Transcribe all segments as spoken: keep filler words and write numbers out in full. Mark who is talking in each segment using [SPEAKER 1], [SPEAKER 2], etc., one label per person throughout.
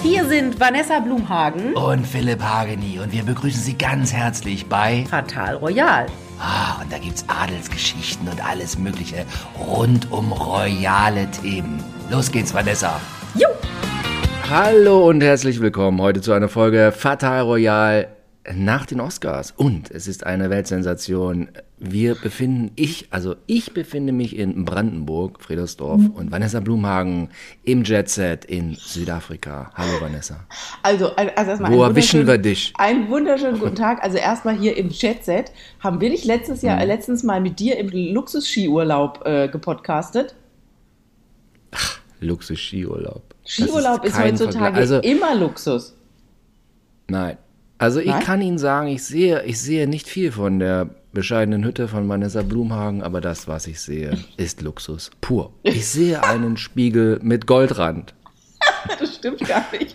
[SPEAKER 1] Hier sind Vanessa Blumhagen
[SPEAKER 2] und Philipp Hageni und wir begrüßen Sie ganz herzlich bei
[SPEAKER 1] Fatal Royal.
[SPEAKER 2] Ah, und da gibt's Adelsgeschichten und alles Mögliche rund um royale Themen. Los geht's, Vanessa.
[SPEAKER 1] Jo.
[SPEAKER 3] Hallo und herzlich willkommen heute zu einer Folge Fatal Royal nach den Oscars. Und es ist eine Weltsensation. Wir befinden, ich, also ich befinde mich in Brandenburg, Friedersdorf, mhm. und Vanessa Blumhagen im Jet Set in Südafrika. Hallo Vanessa.
[SPEAKER 1] Also, also erstmal
[SPEAKER 3] Wo erwischen wir dich?
[SPEAKER 1] Einen wunderschönen guten Tag. Also erstmal hier im Jet Set. Haben wir nicht letztes Jahr, mhm. äh, letztens mal mit dir im Luxus-Skiurlaub äh, gepodcastet?
[SPEAKER 3] Ach, Luxus-Skiurlaub.
[SPEAKER 1] Skiurlaub ist, ist heutzutage also, immer Luxus.
[SPEAKER 3] Nein. Also ich Nein? kann Ihnen sagen, ich sehe, ich sehe nicht viel von der bescheidenen Hütte von Vanessa Blumhagen, aber das, was ich sehe, ist Luxus pur. Ich sehe einen Spiegel mit Goldrand.
[SPEAKER 1] Das stimmt gar nicht.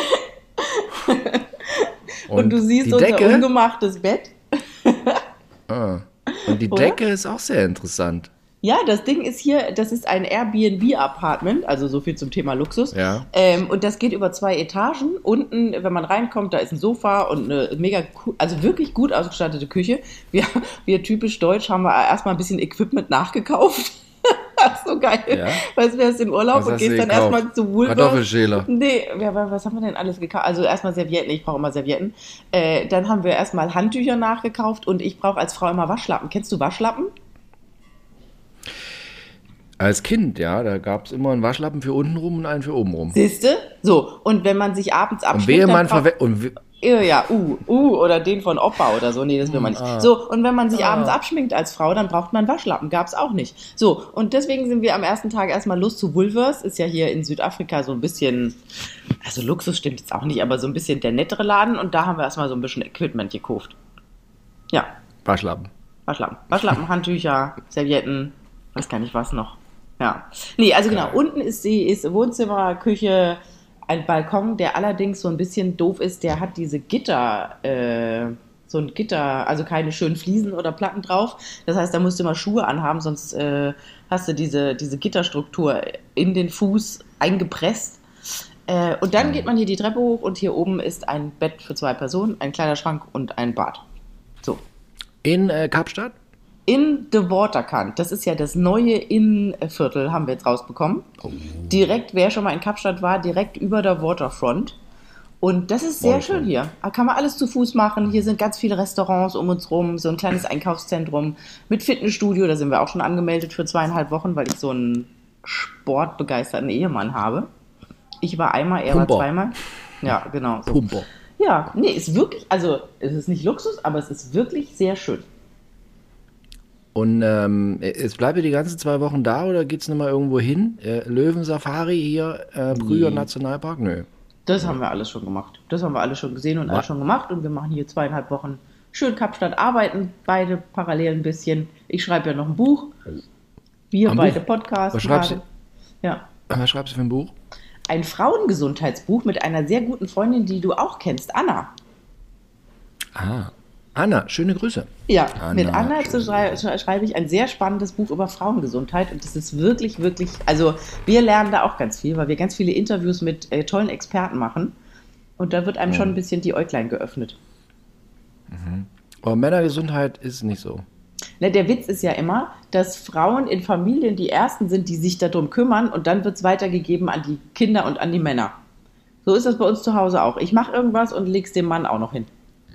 [SPEAKER 1] Und, Und du siehst
[SPEAKER 3] unser Decke,
[SPEAKER 1] ungemachtes Bett.
[SPEAKER 3] Ah, und die Decke Oder? ist auch sehr interessant.
[SPEAKER 1] Ja, das Ding ist hier, das ist ein Airbnb-Apartment, also so viel zum Thema Luxus.
[SPEAKER 3] Ja.
[SPEAKER 1] Ähm, und das geht über zwei Etagen. Unten, wenn man reinkommt, da ist ein Sofa und eine mega, also wirklich gut ausgestattete Küche. Wir, wir typisch deutsch haben wir erstmal ein bisschen Equipment nachgekauft. Das ist so geil. Ja. Weißt du, du bist im Urlaub und gehst dann erstmal zu Woolworth.
[SPEAKER 3] Kartoffelschäler.
[SPEAKER 1] Nee, was haben wir denn alles gekauft? Also erstmal Servietten, ich brauche immer Servietten. Äh, dann haben wir erstmal Handtücher nachgekauft und ich brauche als Frau immer Waschlappen. Kennst du Waschlappen?
[SPEAKER 3] Als Kind, ja, da gab es immer einen Waschlappen für unten rum und einen für oben rum.
[SPEAKER 1] Siehste? So, und wenn man sich abends abschminkt...
[SPEAKER 3] Und wehe man verwechselt... Und
[SPEAKER 1] ja, uh, uh, oder den von Opa oder so. Nee, das will man nicht.
[SPEAKER 3] Ah.
[SPEAKER 1] So, und wenn man sich
[SPEAKER 3] ah.
[SPEAKER 1] abends abschminkt als Frau, dann braucht man Waschlappen. Gab's auch nicht. So, und deswegen sind wir am ersten Tag erstmal los zu Woolworths. Ist ja hier in Südafrika so ein bisschen, also Luxus stimmt jetzt auch nicht, aber so ein bisschen der nettere Laden. Und da haben wir erstmal so ein bisschen Equipment gekauft. Ja.
[SPEAKER 3] Waschlappen.
[SPEAKER 1] Waschlappen. Waschlappen, Handtücher, Servietten, weiß gar nicht was noch. Ja. Nee, also genau, unten ist die ist Wohnzimmer, Küche, ein Balkon, der allerdings so ein bisschen doof ist, der hat diese Gitter, äh, so ein Gitter, also keine schönen Fliesen oder Platten drauf. Das heißt, da musst du immer Schuhe anhaben, sonst äh, hast du diese, diese Gitterstruktur in den Fuß eingepresst. Äh, und dann geht man hier die Treppe hoch und hier oben ist ein Bett für zwei Personen, ein Kleiderschrank und ein Bad. So.
[SPEAKER 3] In äh, Kapstadt?
[SPEAKER 1] In The Waterkant, das ist ja das neue Innenviertel, haben wir jetzt rausbekommen. Oh. Direkt, wer schon mal in Kapstadt war, direkt über der Waterfront. Und das ist sehr Waterfront. Schön hier. Da kann man alles zu Fuß machen. Hier sind ganz viele Restaurants um uns rum, so ein kleines Einkaufszentrum mit Fitnessstudio. Da sind wir auch schon angemeldet für zweieinhalb Wochen, weil ich so einen sportbegeisterten Ehemann habe. Ich war einmal, er
[SPEAKER 3] Pumper.
[SPEAKER 1] war zweimal. Ja, genau. So.
[SPEAKER 3] Pumper.
[SPEAKER 1] Ja, nee, ist wirklich, also es ist nicht Luxus, aber es ist wirklich sehr schön.
[SPEAKER 3] Und ähm, es bleibt ihr die ganzen zwei Wochen da oder geht's nochmal irgendwo hin? Äh, Löwensafari hier, äh, Brüger nee. Nationalpark? Nö.
[SPEAKER 1] Das haben wir alles schon gemacht. Das haben wir alles schon gesehen und Was? alles schon gemacht. Und wir machen hier zweieinhalb Wochen schön Kapstadt, arbeiten beide parallel ein bisschen. Ich schreibe ja noch ein Buch. Wir
[SPEAKER 3] Am
[SPEAKER 1] beide
[SPEAKER 3] Buch?
[SPEAKER 1] Podcasts.
[SPEAKER 3] Was schreibst, du?
[SPEAKER 1] Ja.
[SPEAKER 3] Was schreibst du für ein Buch?
[SPEAKER 1] Ein Frauengesundheitsbuch mit einer sehr guten Freundin, die du auch kennst, Anna.
[SPEAKER 3] Ah. Anna, schöne Grüße.
[SPEAKER 1] Ja,
[SPEAKER 3] Anna,
[SPEAKER 1] mit Anna zu schrei- schreibe ich ein sehr spannendes Buch über Frauengesundheit und das ist wirklich, wirklich, also wir lernen da auch ganz viel, weil wir ganz viele Interviews mit äh, tollen Experten machen und da wird einem mhm. schon ein bisschen die Äuglein geöffnet.
[SPEAKER 3] Mhm. Aber Männergesundheit ist nicht so.
[SPEAKER 1] Ne, der Witz ist ja immer, dass Frauen in Familien die Ersten sind, die sich darum kümmern und dann wird es weitergegeben an die Kinder und an die Männer. So ist das bei uns zu Hause auch. Ich mache irgendwas und leg's dem Mann auch noch hin.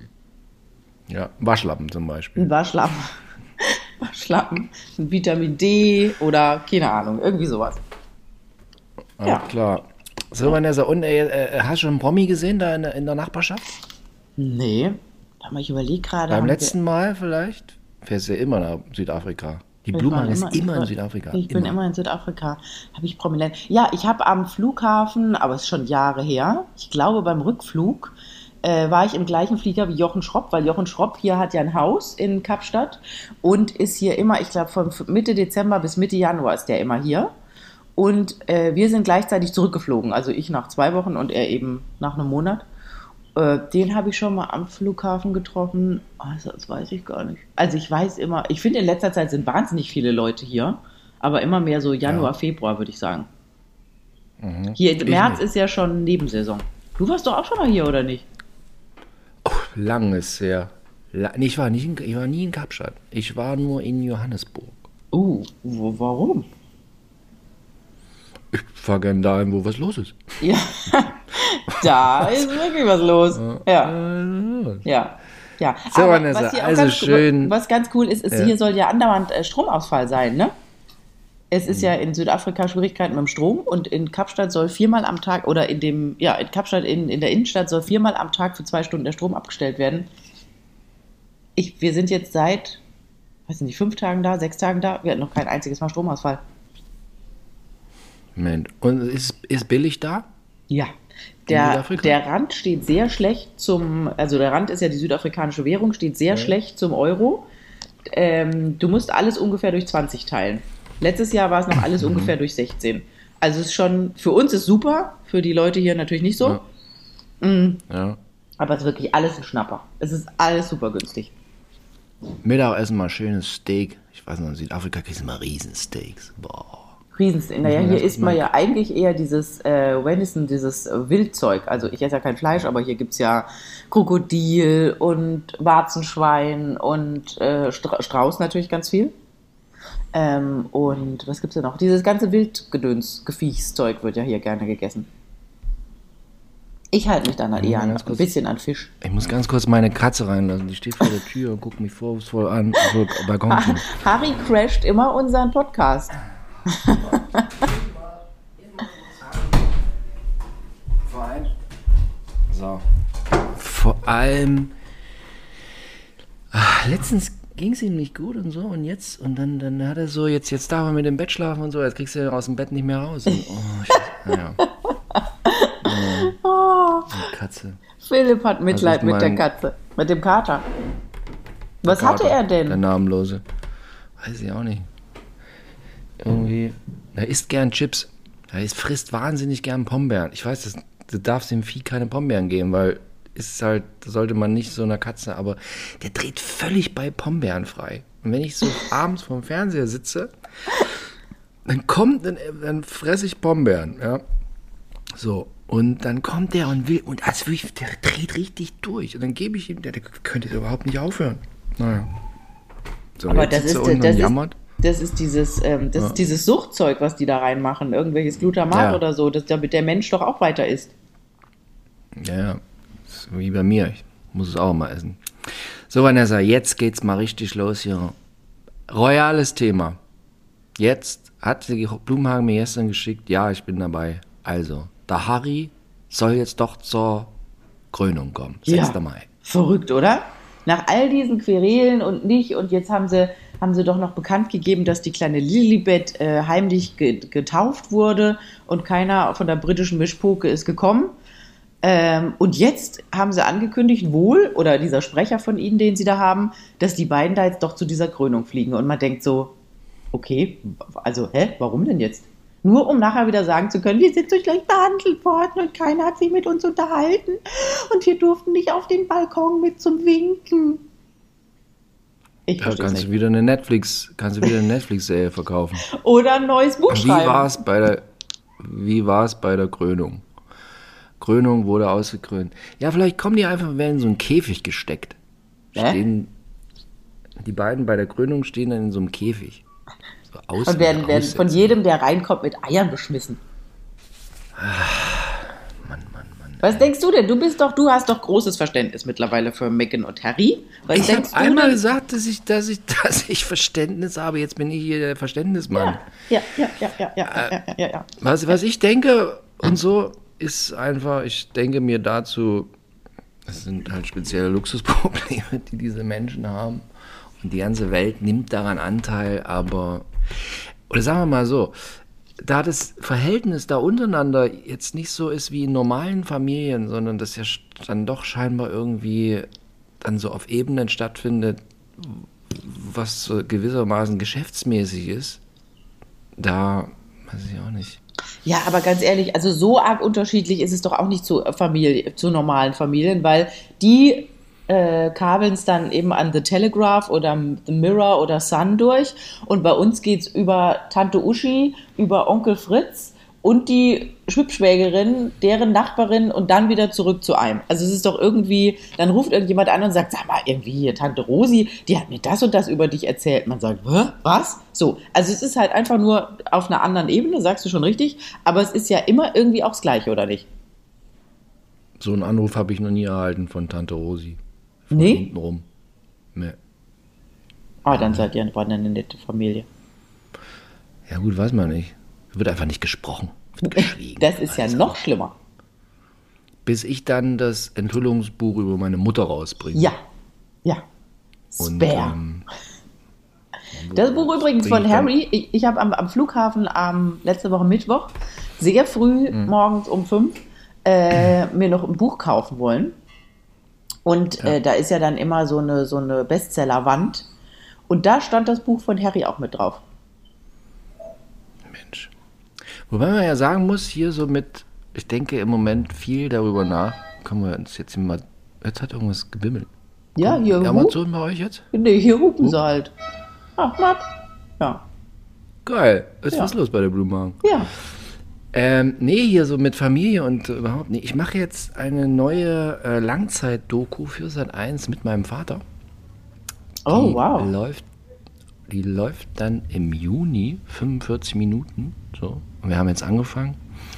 [SPEAKER 3] Ja, Waschlappen zum Beispiel.
[SPEAKER 1] Ein Waschlappen. Waschlappen, ein Vitamin D oder keine Ahnung, irgendwie sowas.
[SPEAKER 3] Ah, ja, klar. So, Vanessa, und äh, hast du schon einen Promi gesehen da in, in der Nachbarschaft?
[SPEAKER 1] Nee, aber ich überlege gerade.
[SPEAKER 3] Beim letzten wir... Mal vielleicht? Fährst du ja immer nach Südafrika. Die Blumhagen ist immer, immer in Südafrika.
[SPEAKER 1] Ich
[SPEAKER 3] immer.
[SPEAKER 1] bin immer in Südafrika. Habe ich prominent. Ja, ich habe am Flughafen, aber es ist schon Jahre her, ich glaube beim Rückflug, äh, war ich im gleichen Flieger wie Jochen Schropp, weil Jochen Schropp hier hat ja ein Haus in Kapstadt und ist hier immer, ich glaube von Mitte Dezember bis Mitte Januar ist der immer hier. Und äh, wir sind gleichzeitig zurückgeflogen, also ich nach zwei Wochen und er eben nach einem Monat. Äh, den habe ich schon mal am Flughafen getroffen, also das weiß ich gar nicht. Also ich weiß immer, ich finde in letzter Zeit sind wahnsinnig viele Leute hier, aber immer mehr so Januar, ja. Februar würde ich sagen. Mhm. Hier im März ist ja schon Nebensaison. Du warst doch auch schon mal hier, oder nicht?
[SPEAKER 3] Oh, lang ist her. La- nee, ich war, nicht in, ich war nie in Kapstadt. Ich war nur in Johannesburg.
[SPEAKER 1] Uh, wo, warum?
[SPEAKER 3] Ich fahr gerne dahin, wo was los ist.
[SPEAKER 1] Ja, da ist wirklich was los. Ja, ja. Ja,
[SPEAKER 3] So,
[SPEAKER 1] aber
[SPEAKER 3] Vanessa,
[SPEAKER 1] was hier auch
[SPEAKER 3] also
[SPEAKER 1] ganz,
[SPEAKER 3] schön-
[SPEAKER 1] was ganz cool ist, ist,
[SPEAKER 3] Ja.
[SPEAKER 1] hier soll ja andauernd äh, Stromausfall sein, ne? Es ist ja in Südafrika Schwierigkeiten mit dem Strom und in Kapstadt soll viermal am Tag, oder in dem, ja, in Kapstadt in, in der Innenstadt soll viermal am Tag für zwei Stunden der Strom abgestellt werden. Ich, wir sind jetzt seit, weiß nicht, fünf Tagen da, sechs Tagen da, wir hatten noch kein einziges Mal Stromausfall.
[SPEAKER 3] Moment. Und ist, ist billig da?
[SPEAKER 1] Ja. Der,
[SPEAKER 3] Südafrika?
[SPEAKER 1] der Rand steht sehr schlecht zum, also der Rand ist ja die südafrikanische Währung, steht sehr schlecht zum Euro. Ähm, du musst alles ungefähr durch zwanzig teilen. Letztes Jahr war es noch alles ungefähr durch sechzehn. Also es ist schon, für uns ist super, für die Leute hier natürlich nicht so.
[SPEAKER 3] Ja.
[SPEAKER 1] Mhm.
[SPEAKER 3] Ja.
[SPEAKER 1] Aber es ist wirklich alles ein Schnapper. Es ist alles super günstig.
[SPEAKER 3] Mittagessen mal schönes Steak. Ich weiß noch, in Südafrika kriegst du mal Riesensteaks. Boah.
[SPEAKER 1] Riesens. Naja,
[SPEAKER 3] Ja,
[SPEAKER 1] hier
[SPEAKER 3] das
[SPEAKER 1] isst man
[SPEAKER 3] mein-
[SPEAKER 1] ja eigentlich eher dieses äh, Venison, dieses äh, Wildzeug. Also ich esse ja kein Fleisch, aber hier gibt es ja Krokodil und Warzenschwein und äh, Stra Strauß natürlich ganz viel. Ähm, und was gibt's denn noch? Dieses ganze Wildgedöns, Geviechszeug wird ja hier gerne gegessen. Ich halte mich dann halt eher an,
[SPEAKER 3] ganz
[SPEAKER 1] ein
[SPEAKER 3] kurz.
[SPEAKER 1] bisschen an Fisch.
[SPEAKER 3] Ich muss ganz kurz meine Katze reinlassen. Die steht vor der Tür und guckt mich vorwurfsvoll an. So, Balkon.
[SPEAKER 1] Harry crasht immer unseren Podcast.
[SPEAKER 3] Vor allem. So. Vor allem. Ach, letztens ging es ihm nicht gut und so und jetzt und dann, dann hat er so, jetzt, jetzt darf er mit dem Bett schlafen und so, jetzt kriegst du aus dem Bett nicht mehr raus. Und, oh, Scheiße. Naja.
[SPEAKER 1] Oh,
[SPEAKER 3] Die Katze.
[SPEAKER 1] Philipp hat Mitleid
[SPEAKER 3] ist
[SPEAKER 1] mit der
[SPEAKER 3] mein-
[SPEAKER 1] Katze, mit dem Kater. Was hatte
[SPEAKER 3] Kater,
[SPEAKER 1] er
[SPEAKER 3] Der
[SPEAKER 1] denn?
[SPEAKER 3] Namenlose. Weiß ich auch nicht. Irgendwie. Er isst gern Chips. Er isst, frisst wahnsinnig gern Pombeeren. Ich weiß, das, du darfst dem Vieh keine Pombeeren geben, weil ist halt, das sollte man nicht so einer Katze, aber der dreht völlig bei Pombeeren frei. Und wenn ich so abends vorm Fernseher sitze, dann kommt, dann, dann fresse ich Pombeeren, ja. So. Und dann kommt der und will, und als will ich, der dreht richtig durch. Und dann gebe ich ihm, der, der könnte überhaupt nicht aufhören. Naja. So,
[SPEAKER 1] Aber
[SPEAKER 3] jetzt
[SPEAKER 1] das
[SPEAKER 3] sitzt er
[SPEAKER 1] ist,
[SPEAKER 3] unten
[SPEAKER 1] das,
[SPEAKER 3] und
[SPEAKER 1] ist,
[SPEAKER 3] jammert.
[SPEAKER 1] das ist dieses, ähm, das ist dieses Suchtzeug, was die da reinmachen. Irgendwelches Glutamat
[SPEAKER 3] Ja.
[SPEAKER 1] oder so, das, damit der Mensch doch auch weiter isst.
[SPEAKER 3] Ja, ja. Das ist wie bei mir. Ich muss es auch mal essen. So, Vanessa, jetzt geht's mal richtig los hier. Royales Thema. Jetzt hat die Blumhagen mir gestern geschickt, ja, ich bin dabei. Also, der Harry soll jetzt doch zur Krönung kommen. sechster Mai.
[SPEAKER 1] Verrückt, oder? Nach all diesen Querelen und nicht, und jetzt haben sie, haben sie doch noch bekannt gegeben, dass die kleine Lilibet äh, heimlich ge getauft wurde und keiner von der britischen Mischpoke ist gekommen. Ähm, und jetzt haben sie angekündigt, wohl, oder dieser Sprecher von ihnen, den sie da haben, dass die beiden da jetzt doch zu dieser Krönung fliegen. Und man denkt so, okay, also, hä, warum denn jetzt? Nur um nachher wieder sagen zu können, wir sind so schlecht behandelt worden und keiner hat sich mit uns unterhalten und wir durften nicht auf den Balkon mit zum Winken. Ich
[SPEAKER 3] Ja,
[SPEAKER 1] verstehe
[SPEAKER 3] kannst
[SPEAKER 1] nicht.
[SPEAKER 3] du wieder eine Netflix, kannst du wieder eine Netflix-Serie verkaufen.
[SPEAKER 1] Oder ein neues Buch
[SPEAKER 3] Wie
[SPEAKER 1] schreiben.
[SPEAKER 3] war es bei der, wie war es bei der Krönung? Krönung wurde ausgekrönt. Ja, vielleicht kommen die einfach, werden in so einen Käfig gesteckt.
[SPEAKER 1] Hä?
[SPEAKER 3] Stehen, die beiden bei der Krönung stehen dann in so einem Käfig. So aus,
[SPEAKER 1] Und werden, werden von
[SPEAKER 3] aussetzen.
[SPEAKER 1] jedem, der reinkommt, mit Eiern beschmissen.
[SPEAKER 3] Mann, Mann, Mann.
[SPEAKER 1] Was denkst du denn? Du bist doch, du hast doch großes Verständnis mittlerweile für Meghan und Harry. Was
[SPEAKER 3] Ich habe
[SPEAKER 1] denkst du
[SPEAKER 3] einmal
[SPEAKER 1] denn?
[SPEAKER 3] gesagt, dass ich, dass, ich, dass ich Verständnis habe. Jetzt bin ich hier der Verständnismann.
[SPEAKER 1] Ja, ja, ja, ja, ja, ja, ja, ja, ja.
[SPEAKER 3] Was, was ich denke und so ist einfach, ich denke mir dazu, das sind halt spezielle Luxusprobleme, die diese Menschen haben. Und die ganze Welt nimmt daran Anteil, aber, oder sagen wir mal so, da das Verhältnis da untereinander jetzt nicht so ist wie in normalen Familien, sondern das ja dann doch scheinbar irgendwie dann so auf Ebenen stattfindet, was so gewissermaßen geschäftsmäßig ist, da weiß ich auch nicht.
[SPEAKER 1] Ja, aber ganz ehrlich, also so arg unterschiedlich ist es doch auch nicht zu Familie, zu normalen Familien, weil die äh, kabeln es dann eben an The Telegraph oder The Mirror oder Sun durch und bei uns geht's über Tante Uschi, über Onkel Fritz und die Schwibschwägerin, deren Nachbarin und dann wieder zurück zu einem. Also es ist doch irgendwie, dann ruft irgendjemand an und sagt, sag mal, irgendwie hier, Tante Rosi, die hat mir das und das über dich erzählt. Man sagt, hä, was? So, also es ist halt einfach nur auf einer anderen Ebene, sagst du schon richtig, aber es ist ja immer irgendwie auch das Gleiche, oder nicht?
[SPEAKER 3] So einen Anruf habe ich noch nie erhalten von Tante Rosi. Von
[SPEAKER 1] Nee?
[SPEAKER 3] hinten rum. Nee.
[SPEAKER 1] Ah, dann seid ihr eine nette Familie.
[SPEAKER 3] Ja gut, weiß man nicht. Wird einfach nicht gesprochen. Wird geschwiegen.
[SPEAKER 1] Das ist ja noch schlimmer.
[SPEAKER 3] Bis ich dann das Enthüllungsbuch über meine Mutter rausbringe.
[SPEAKER 1] Ja, ja.
[SPEAKER 3] Und,
[SPEAKER 1] Spare.
[SPEAKER 3] ähm,
[SPEAKER 1] Das Buch übrigens
[SPEAKER 3] bring
[SPEAKER 1] von
[SPEAKER 3] ich dann-
[SPEAKER 1] Harry, ich, ich habe am, am Flughafen am letzte Woche Mittwoch sehr früh
[SPEAKER 3] Mhm.
[SPEAKER 1] morgens um fünf äh, mir noch ein Buch kaufen wollen. Und
[SPEAKER 3] Ja.
[SPEAKER 1] äh, da ist ja dann immer so eine, so eine Bestsellerwand. Und da stand das Buch von Harry auch mit drauf.
[SPEAKER 3] Mensch. Wobei man ja sagen muss, hier so mit, ich denke im Moment viel darüber nach. Können wir uns jetzt mal, jetzt hat irgendwas gebimmelt.
[SPEAKER 1] Ja, hier, hup,
[SPEAKER 3] Amazon bei euch jetzt?
[SPEAKER 1] nee, hier hupen sie halt. Ach, Matt. Ja.
[SPEAKER 3] Geil. Ist
[SPEAKER 1] Ja.
[SPEAKER 3] was los bei der Blumenhagen?
[SPEAKER 1] Ja.
[SPEAKER 3] Ähm, nee, hier so mit Familie und äh, überhaupt nicht. Ich mache jetzt eine neue äh, Langzeit-Doku für Sat eins mit meinem Vater.
[SPEAKER 1] Oh,
[SPEAKER 3] Die
[SPEAKER 1] wow.
[SPEAKER 3] Läuft, die läuft dann im Juni, fünfundvierzig Minuten. So. Und wir haben jetzt angefangen.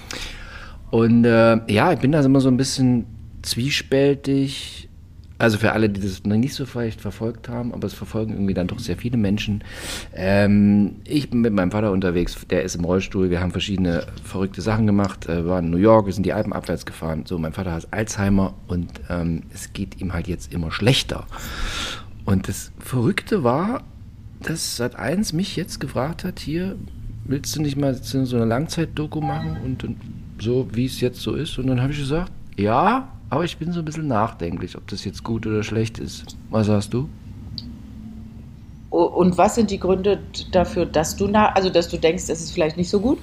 [SPEAKER 3] Und äh, ja, ich bin da immer so ein bisschen zwiespältig. Also für alle, die das noch nicht so vielleicht verfolgt haben, aber es verfolgen irgendwie dann doch sehr viele Menschen. Ähm, ich bin mit meinem Vater unterwegs, der ist im Rollstuhl, wir haben verschiedene verrückte Sachen gemacht, äh, wir waren in New York, wir sind die Alpen abwärts gefahren. So, mein Vater hat Alzheimer und ähm, es geht ihm halt jetzt immer schlechter. Und das Verrückte war, dass Sat eins mich jetzt gefragt hat, hier, willst du nicht mal so eine Langzeit-Doku machen und, und so, wie es jetzt so ist? Und dann habe ich gesagt, ja, aber ich bin so ein bisschen nachdenklich, ob das jetzt gut oder schlecht ist. Was sagst du?
[SPEAKER 1] O- Und was sind die Gründe dafür, dass du na, also dass du denkst, es ist vielleicht nicht so gut?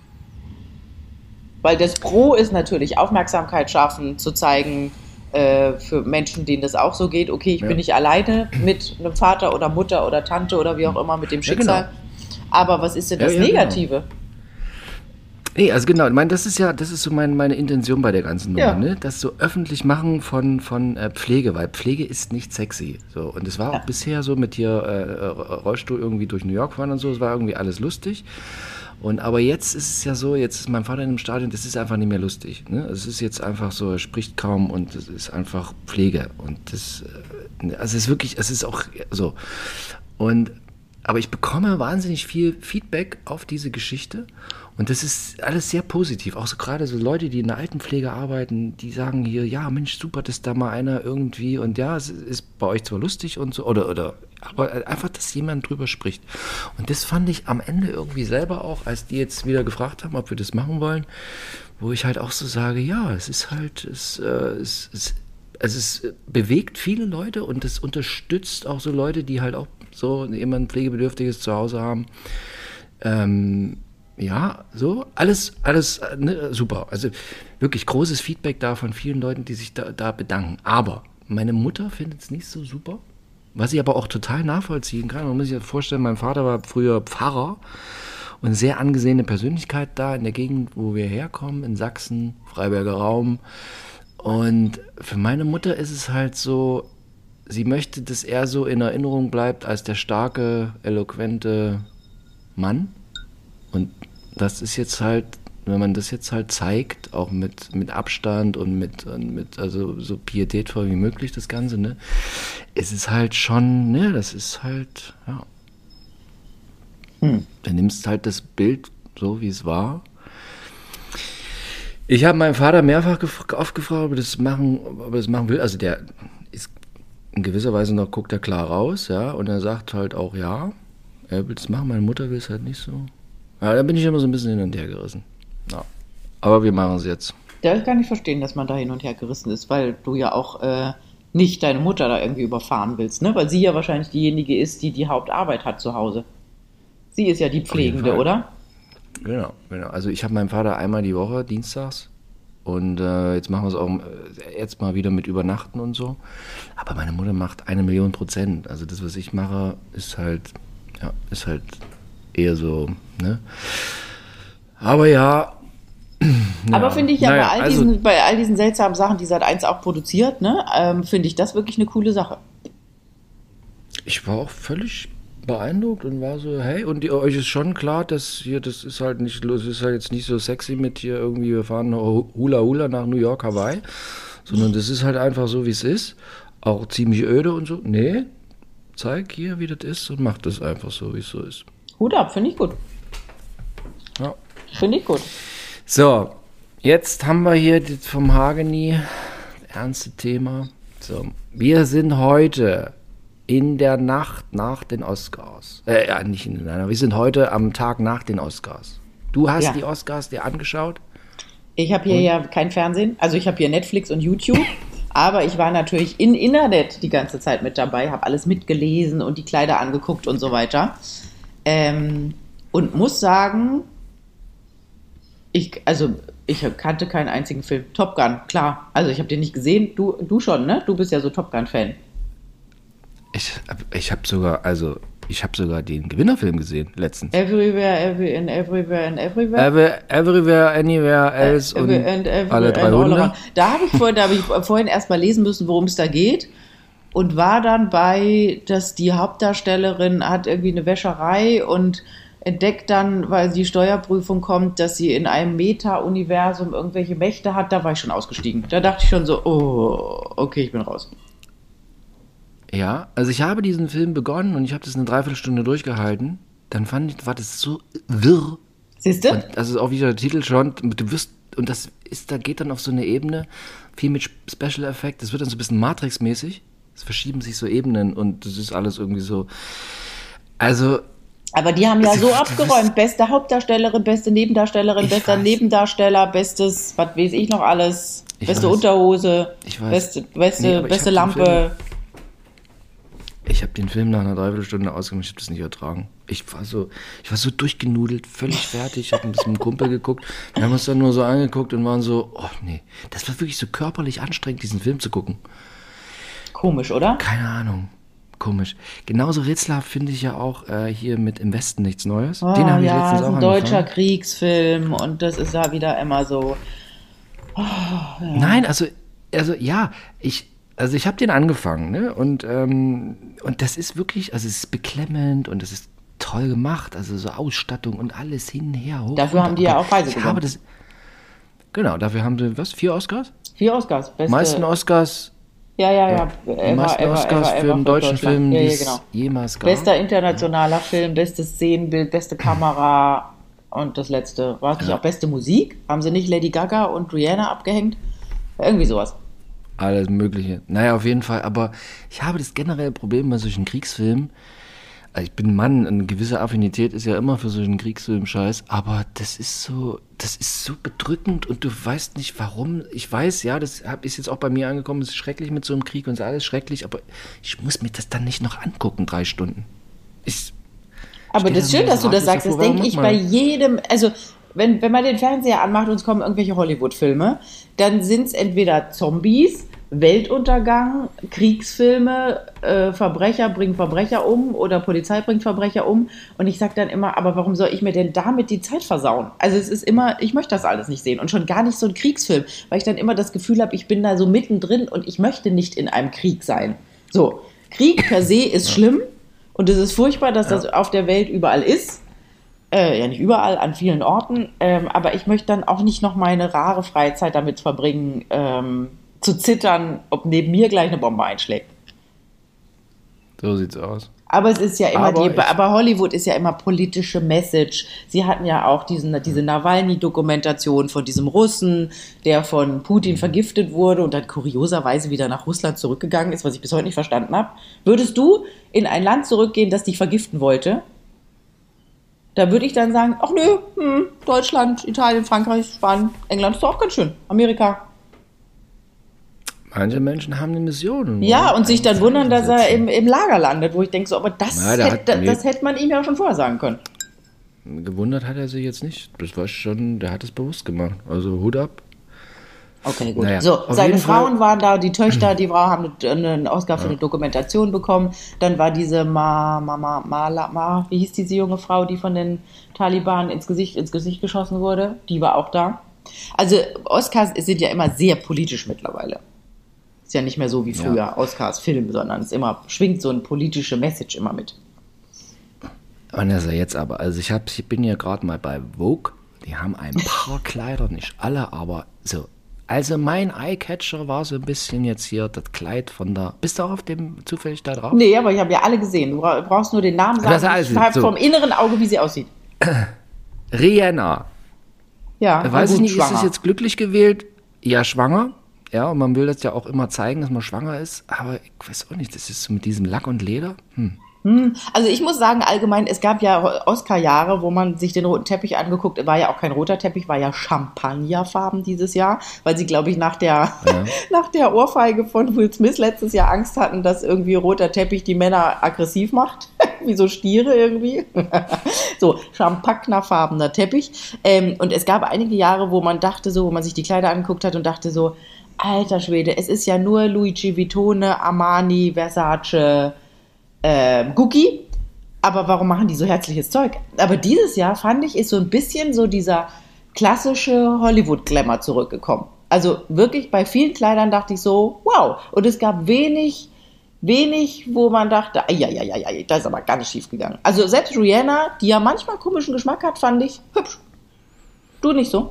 [SPEAKER 1] Weil das Pro ist natürlich Aufmerksamkeit schaffen, zu zeigen äh, für Menschen, denen das auch so geht. Okay, ich
[SPEAKER 3] Ja.
[SPEAKER 1] bin nicht alleine mit einem Vater oder Mutter oder Tante oder wie auch immer mit dem
[SPEAKER 3] Ja,
[SPEAKER 1] Schicksal. Aber was ist denn
[SPEAKER 3] Ja,
[SPEAKER 1] das
[SPEAKER 3] ja, genau.
[SPEAKER 1] Negative?
[SPEAKER 3] Nee, also genau, ich meine, das ist ja, das ist so mein, meine Intention bei der ganzen Nummer,
[SPEAKER 1] Ja.
[SPEAKER 3] ne? Das so öffentlich machen von, von äh, Pflege, weil Pflege ist nicht sexy. So. Und es war
[SPEAKER 1] Ja.
[SPEAKER 3] auch bisher so mit hier äh, Rollstuhl irgendwie durch New York fahren und so, es war irgendwie alles lustig. Und aber jetzt ist es ja so, jetzt ist mein Vater in einem Stadion, das ist einfach nicht mehr lustig. Ne? Es ist jetzt einfach so, er spricht kaum und es ist einfach Pflege. Und das, äh, also es ist wirklich, es ist auch so. Und aber ich bekomme wahnsinnig viel Feedback auf diese Geschichte und das ist alles sehr positiv. Auch so gerade so Leute, die in der Altenpflege arbeiten, die sagen hier, ja Mensch, super, dass da mal einer irgendwie und ja, es ist bei euch zwar lustig und so, oder, oder, aber einfach, dass jemand drüber spricht. Und das fand ich am Ende irgendwie selber auch, als die jetzt wieder gefragt haben, ob wir das machen wollen, wo ich halt auch so sage, ja, es ist halt, es, äh, es, es Also es bewegt viele Leute und es unterstützt auch so Leute, die halt auch so jemand Pflegebedürftiges zu Hause haben. Ähm, ja, so, alles, alles ne, super. Also wirklich großes Feedback da von vielen Leuten, die sich da, da bedanken. Aber meine Mutter findet es nicht so super, was ich aber auch total nachvollziehen kann. Man muss sich ja vorstellen, mein Vater war früher Pfarrer und eine sehr angesehene Persönlichkeit da in der Gegend, wo wir herkommen, in Sachsen, Freiberger Raum. Und für meine Mutter ist es halt so, sie möchte, dass er so in Erinnerung bleibt als der starke, eloquente Mann. Und das ist jetzt halt, wenn man das jetzt halt zeigt, auch mit, mit Abstand und mit, und mit, also so pietätvoll wie möglich das Ganze, ne, ist es halt schon, ne, das ist halt, ja.
[SPEAKER 1] Hm.
[SPEAKER 3] Du nimmst halt das Bild so, wie es war. Ich habe meinen Vater mehrfach gef- aufgefragt, ob er das machen, ob er das machen will. Also der ist in gewisser Weise noch, guckt er klar raus, ja, und er sagt halt auch ja, er will es machen, meine Mutter will es halt nicht so. Ja, da bin ich immer so ein bisschen hin und her gerissen. Ja. Aber wir machen es jetzt.
[SPEAKER 1] Ja, ich kann nicht verstehen, dass man da hin und her gerissen ist, weil du ja auch äh, nicht deine Mutter da irgendwie überfahren willst, ne? Weil sie ja wahrscheinlich diejenige ist, die die Hauptarbeit hat zu Hause. Sie ist ja die Pflegende,
[SPEAKER 3] Fall.
[SPEAKER 1] oder?
[SPEAKER 3] Genau, genau. Also ich habe meinen Vater einmal die Woche, dienstags. Und äh, jetzt machen wir es auch äh, jetzt mal wieder mit Übernachten und so. Aber meine Mutter macht eine Million Prozent. Also das, was ich mache, ist halt, ja, ist halt eher so, ne? Aber ja,
[SPEAKER 1] Aber finde ich ja,
[SPEAKER 3] naja,
[SPEAKER 1] bei, all
[SPEAKER 3] also-
[SPEAKER 1] diesen, bei all diesen seltsamen Sachen, die Sat eins auch produziert, ne, ähm, finde ich das wirklich eine coole Sache.
[SPEAKER 3] Ich war auch völlig beeindruckt und war so, hey, und die, euch ist schon klar, dass hier, das ist halt nicht, das ist halt jetzt nicht so sexy mit hier irgendwie, wir fahren Hula Hula nach New York, Hawaii, sondern das ist halt einfach so, wie es ist. Auch ziemlich öde und so. Nee, zeig hier, wie das ist und mach das einfach so, wie es so ist.
[SPEAKER 1] Hut ab, finde ich gut.
[SPEAKER 3] Ja.
[SPEAKER 1] Finde ich gut.
[SPEAKER 3] So, jetzt haben wir hier das vom Hageni, ernste Thema. So, wir sind heute in der Nacht nach den Oscars. Äh, ja, nicht in der Nacht, wir sind heute am Tag nach den Oscars. Du hast
[SPEAKER 1] Ja.
[SPEAKER 3] die Oscars dir angeschaut?
[SPEAKER 1] Ich habe hier ja kein Fernsehen, also ich habe hier Netflix und YouTube, aber ich war natürlich in Internet die ganze Zeit mit dabei, habe alles mitgelesen und die Kleider angeguckt und so weiter. Ähm, und muss sagen, ich, also ich kannte keinen einzigen Film. Top Gun, klar. Also ich habe den nicht gesehen, du, du schon, ne? Du bist ja so Top Gun-Fan.
[SPEAKER 3] Ich, hab- ich habe sogar, also ich habe sogar den Gewinnerfilm gesehen letztens.
[SPEAKER 1] Everywhere, every, and everywhere, and everywhere.
[SPEAKER 3] Every, everywhere, anywhere else und
[SPEAKER 1] Every- and every-
[SPEAKER 3] alle
[SPEAKER 1] and
[SPEAKER 3] drei
[SPEAKER 1] all
[SPEAKER 3] Hunde.
[SPEAKER 1] around. Da habe ich, vorhin, da hab ich vorhin erst mal lesen müssen, worum es da geht. Und war dann bei, dass die Hauptdarstellerin hat irgendwie eine Wäscherei und entdeckt dann, weil die Steuerprüfung kommt, dass sie in einem Meta-Universum irgendwelche Mächte hat. Da war ich schon ausgestiegen. Da dachte ich schon so, oh, okay, ich bin raus.
[SPEAKER 3] Ja, also ich habe diesen Film begonnen und ich habe das eine Dreiviertelstunde durchgehalten. Dann fand ich, war das so wirr.
[SPEAKER 1] Siehst du?
[SPEAKER 3] Und das ist auch wie der Titel schon. Du wirst, und das ist, da geht dann auf so eine Ebene, viel mit Special Effect. Das wird dann so ein bisschen Matrix-mäßig. Es verschieben sich so Ebenen und das ist alles irgendwie so. Also,
[SPEAKER 1] Aber die haben ja
[SPEAKER 3] Sie-
[SPEAKER 1] so
[SPEAKER 3] du
[SPEAKER 1] abgeräumt. Beste Hauptdarstellerin, beste Nebendarstellerin,
[SPEAKER 3] Ich
[SPEAKER 1] bester
[SPEAKER 3] weiß.
[SPEAKER 1] Nebendarsteller, bestes, was weiß ich noch alles,
[SPEAKER 3] Ich
[SPEAKER 1] beste
[SPEAKER 3] weiß.
[SPEAKER 1] Unterhose,
[SPEAKER 3] Ich weiß.
[SPEAKER 1] beste, beste,
[SPEAKER 3] Nee, aber ich
[SPEAKER 1] beste
[SPEAKER 3] hab den
[SPEAKER 1] Lampe.
[SPEAKER 3] ich habe den Film nach einer Dreiviertelstunde ausgemacht, ich habe das nicht ertragen. Ich war so, ich war so durchgenudelt, völlig fertig. Ich habe ein bisschen mit dem Kumpel geguckt. Wir haben uns dann nur so angeguckt und waren so, oh nee, das war wirklich so körperlich anstrengend, diesen Film zu gucken.
[SPEAKER 1] Komisch, oder?
[SPEAKER 3] Keine Ahnung. Komisch. Genauso rätselhaft finde ich ja auch äh, hier mit Im Westen nichts Neues.
[SPEAKER 1] Oh,
[SPEAKER 3] Den habe ich
[SPEAKER 1] ja,
[SPEAKER 3] letztens
[SPEAKER 1] ist
[SPEAKER 3] auch
[SPEAKER 1] ein deutscher
[SPEAKER 3] angefangen.
[SPEAKER 1] Kriegsfilm und das ist ja wieder immer so.
[SPEAKER 3] Nein, also, also ja, ich, also ich habe den angefangen, ne? Und, ähm, und das ist wirklich, also es ist beklemmend und es ist toll gemacht, also so Ausstattung und alles hinher. Hoch,
[SPEAKER 1] Dafür haben die ja
[SPEAKER 3] aber
[SPEAKER 1] auch Preise
[SPEAKER 3] ich
[SPEAKER 1] gewonnen.
[SPEAKER 3] habe das. Genau, dafür haben sie, was, vier Oscars?
[SPEAKER 1] Vier Oscars. Beste,
[SPEAKER 3] Meisten Oscars,
[SPEAKER 1] ja, ja, ja.
[SPEAKER 3] die
[SPEAKER 1] Ever,
[SPEAKER 3] meisten
[SPEAKER 1] ever,
[SPEAKER 3] Oscars
[SPEAKER 1] ever,
[SPEAKER 3] für
[SPEAKER 1] ever
[SPEAKER 3] einen deutschen
[SPEAKER 1] Deutschland.
[SPEAKER 3] Film,
[SPEAKER 1] Ja,
[SPEAKER 3] die
[SPEAKER 1] ja,
[SPEAKER 3] es
[SPEAKER 1] genau.
[SPEAKER 3] jemals gab.
[SPEAKER 1] Bester internationaler Film, bestes Szenenbild, beste Kamera und das letzte. War es nicht
[SPEAKER 3] Ja.
[SPEAKER 1] auch beste Musik? Haben sie nicht Lady Gaga und Rihanna abgehängt? Irgendwie sowas.
[SPEAKER 3] Alles Mögliche. Naja, auf jeden Fall. Aber ich habe das generelle Problem bei solchen Kriegsfilmen. Also ich bin ein Mann, eine gewisse Affinität ist ja immer für solchen Kriegsfilm-Scheiß, aber das ist so, das ist so bedrückend und du weißt nicht warum. Ich weiß, ja, das hab- ist jetzt auch bei mir angekommen, es ist schrecklich mit so einem Krieg und es ist alles schrecklich, aber ich muss mir das dann nicht noch angucken, drei Stunden. Ich,
[SPEAKER 1] Aber
[SPEAKER 3] Steht
[SPEAKER 1] das ist
[SPEAKER 3] da
[SPEAKER 1] schön,
[SPEAKER 3] nur
[SPEAKER 1] dass du das
[SPEAKER 3] ratlos
[SPEAKER 1] sagst. Das
[SPEAKER 3] davor, warum
[SPEAKER 1] denke ich
[SPEAKER 3] macht
[SPEAKER 1] bei
[SPEAKER 3] man das?
[SPEAKER 1] jedem, also wenn, wenn man den Fernseher anmacht und es kommen irgendwelche Hollywood-Filme, dann sind es entweder Zombies, Weltuntergang, Kriegsfilme, äh, Verbrecher bringen Verbrecher um oder Polizei bringt Verbrecher um. Und ich sage dann immer, aber warum soll ich mir denn damit die Zeit versauen? Also es ist immer, ich möchte das alles nicht sehen und schon gar nicht so ein Kriegsfilm, weil ich dann immer das Gefühl habe, ich bin da so mittendrin und ich möchte nicht in einem Krieg sein. So, Krieg per se ist schlimm und es ist furchtbar, dass das auf der Welt überall ist. Äh, ja, nicht überall, an vielen Orten. Ähm, aber ich möchte dann auch nicht noch meine rare Freizeit damit verbringen, ähm, zu zittern, ob neben mir gleich eine Bombe einschlägt.
[SPEAKER 3] so sieht's aus.
[SPEAKER 1] Aber es ist ja immer
[SPEAKER 3] Aber
[SPEAKER 1] die,
[SPEAKER 3] ich-
[SPEAKER 1] aber Hollywood ist ja immer politische Message. Sie hatten ja auch diesen, diese Nawalny-Dokumentation von diesem Russen, der von Putin vergiftet wurde und dann kurioserweise wieder nach Russland zurückgegangen ist, was ich bis heute nicht verstanden habe. Würdest du in ein Land zurückgehen, das dich vergiften wollte? Da würde ich dann sagen, ach nö, hm, Deutschland, Italien, Frankreich, Spanien, England ist doch auch ganz schön. Amerika.
[SPEAKER 3] Manche Menschen haben eine Mission. und
[SPEAKER 1] Ja,
[SPEAKER 3] wollen
[SPEAKER 1] und sich dann
[SPEAKER 3] ein
[SPEAKER 1] wundern, dass er
[SPEAKER 3] Zeichen
[SPEAKER 1] im, im Lager landet, wo ich denke so, aber das,
[SPEAKER 3] Na, der
[SPEAKER 1] hätte,
[SPEAKER 3] hat-
[SPEAKER 1] das,
[SPEAKER 3] nee.
[SPEAKER 1] das hätte man ihm ja auch schon vorher sagen können.
[SPEAKER 3] setzen. Gewundert hat er sich jetzt nicht. Das war schon, der hat es bewusst gemacht. Also Hut ab.
[SPEAKER 1] Okay, gut.
[SPEAKER 3] Naja,
[SPEAKER 1] so,
[SPEAKER 3] auf
[SPEAKER 1] seine
[SPEAKER 3] jeden Fall-
[SPEAKER 1] Frauen waren da, die Töchter, die Frau haben einen Oscar für eine Dokumentation bekommen. Dann war diese Ma, Ma, Ma, Ma, Ma, Ma, wie hieß diese junge Frau, die von den Taliban ins Gesicht, ins Gesicht geschossen wurde? Die war auch da. Also Oscars sind ja immer sehr politisch mittlerweile. Ist ja nicht mehr so wie früher, ja. Oscars Film, sondern es immer schwingt so eine politische Message immer mit.
[SPEAKER 3] Vanessa, jetzt aber, also ich, hab, ich bin ja gerade mal bei Vogue, die haben ein paar Kleider, nicht alle, aber so. Also mein Eyecatcher war so ein bisschen jetzt hier das Kleid von der, bist du auch auf dem zufällig da drauf?
[SPEAKER 1] Nee, aber ich habe ja alle gesehen, du brauchst nur den Namen sagen,
[SPEAKER 3] also,
[SPEAKER 1] ich habe
[SPEAKER 3] so.
[SPEAKER 1] vom inneren Auge, wie sie aussieht.
[SPEAKER 3] Rihanna.
[SPEAKER 1] Ja,
[SPEAKER 3] weiß
[SPEAKER 1] gut,
[SPEAKER 3] ich nicht,
[SPEAKER 1] schwanger.
[SPEAKER 3] Ist es jetzt glücklich gewählt? Ja, schwanger. Ja, und man will das ja auch immer zeigen, dass man schwanger ist, aber ich weiß auch nicht, das ist so mit diesem Lack und Leder, hm.
[SPEAKER 1] Also ich muss sagen, allgemein, es gab ja Oscar-Jahre, wo man sich den roten Teppich angeguckt hat, war ja auch kein roter Teppich, war ja Champagnerfarben dieses Jahr, weil sie, glaube ich, nach der, ja. nach der Ohrfeige von Will Smith letztes Jahr Angst hatten, dass irgendwie roter Teppich die Männer aggressiv macht, wie so Stiere irgendwie. So, champagnerfarbener Teppich. Ähm, und es gab einige Jahre, wo man dachte so, wo man sich die Kleider angeguckt hat und dachte so, alter Schwede, es ist ja nur Luigi Vittone, Armani, Versace, Äh, Gucci, aber warum machen die so herzliches Zeug? Aber dieses Jahr, fand ich, ist so ein bisschen so dieser klassische Hollywood-Glamour zurückgekommen. Also wirklich bei vielen Kleidern dachte ich so, wow. Und es gab wenig, wenig, wo man dachte, ja, ja, ja, ja, da ist aber ganz schief gegangen. Also selbst Rihanna, die ja manchmal komischen Geschmack hat, fand ich hübsch. Du nicht so?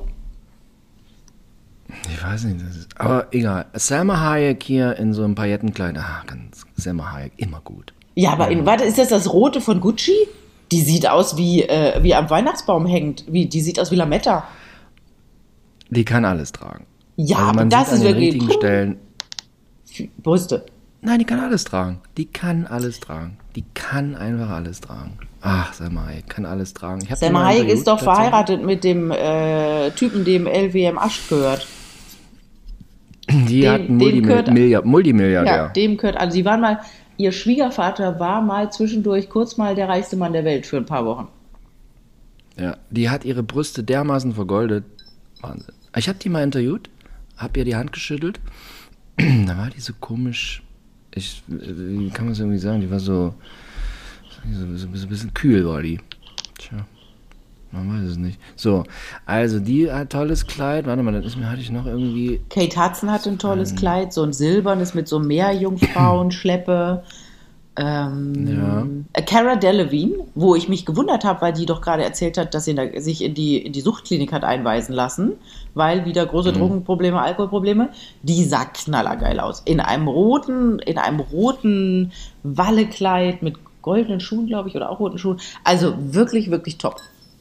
[SPEAKER 3] Ich weiß nicht, das ist, aber egal. Salma Hayek hier in so einem Paillettenkleid, ah, ganz Salma Hayek, immer gut.
[SPEAKER 1] Ja, aber in, warte, ist das das Rote von Gucci? Die sieht aus wie, äh, wie am Weihnachtsbaum hängt. Wie, die sieht aus wie Lametta.
[SPEAKER 3] Die kann alles tragen.
[SPEAKER 1] Ja,
[SPEAKER 3] also
[SPEAKER 1] aber
[SPEAKER 3] man
[SPEAKER 1] das
[SPEAKER 3] sieht
[SPEAKER 1] ist
[SPEAKER 3] an den
[SPEAKER 1] wirklich...
[SPEAKER 3] richtigen Stellen.
[SPEAKER 1] Brüste.
[SPEAKER 3] Nein, die kann alles tragen. Die kann alles tragen. Die kann einfach alles tragen. Ach, Salma Hayek kann alles tragen. Ich
[SPEAKER 1] Salma Hayek ist doch verheiratet mit dem äh, Typen, dem L W M Asch gehört.
[SPEAKER 3] Die
[SPEAKER 1] dem,
[SPEAKER 3] hat einen Multimilliardär. Multimilliardär.
[SPEAKER 1] Ja, dem gehört... Also sie waren mal... Ihr Schwiegervater war mal zwischendurch kurz mal der reichste Mann der Welt für ein paar Wochen.
[SPEAKER 3] Ja, die hat ihre Brüste dermaßen vergoldet. Wahnsinn. Ich habe die mal interviewt, habe ihr die Hand geschüttelt. Da war die so komisch. Ich, wie kann man es irgendwie sagen? Die war so, so, so, so ein bisschen kühl war die. Tja, man weiß es nicht. So, also die hat tolles Kleid. Warte mal, das ist mir, hatte ich noch irgendwie...
[SPEAKER 1] Kate Hudson hat ein tolles ähm, Kleid, so ein silbernes mit so Meerjungfrauen-Schleppe. Ähm, ja. Cara Delevingne, wo ich mich gewundert habe, weil die doch gerade erzählt hat, dass sie in der, sich in die, in die Suchtklinik hat einweisen lassen, weil wieder große mhm. Drogenprobleme, Alkoholprobleme. Die sah knallergeil aus. In einem roten, in einem roten Wallekleid mit goldenen Schuhen, glaube ich, oder auch roten Schuhen. Also wirklich, wirklich top.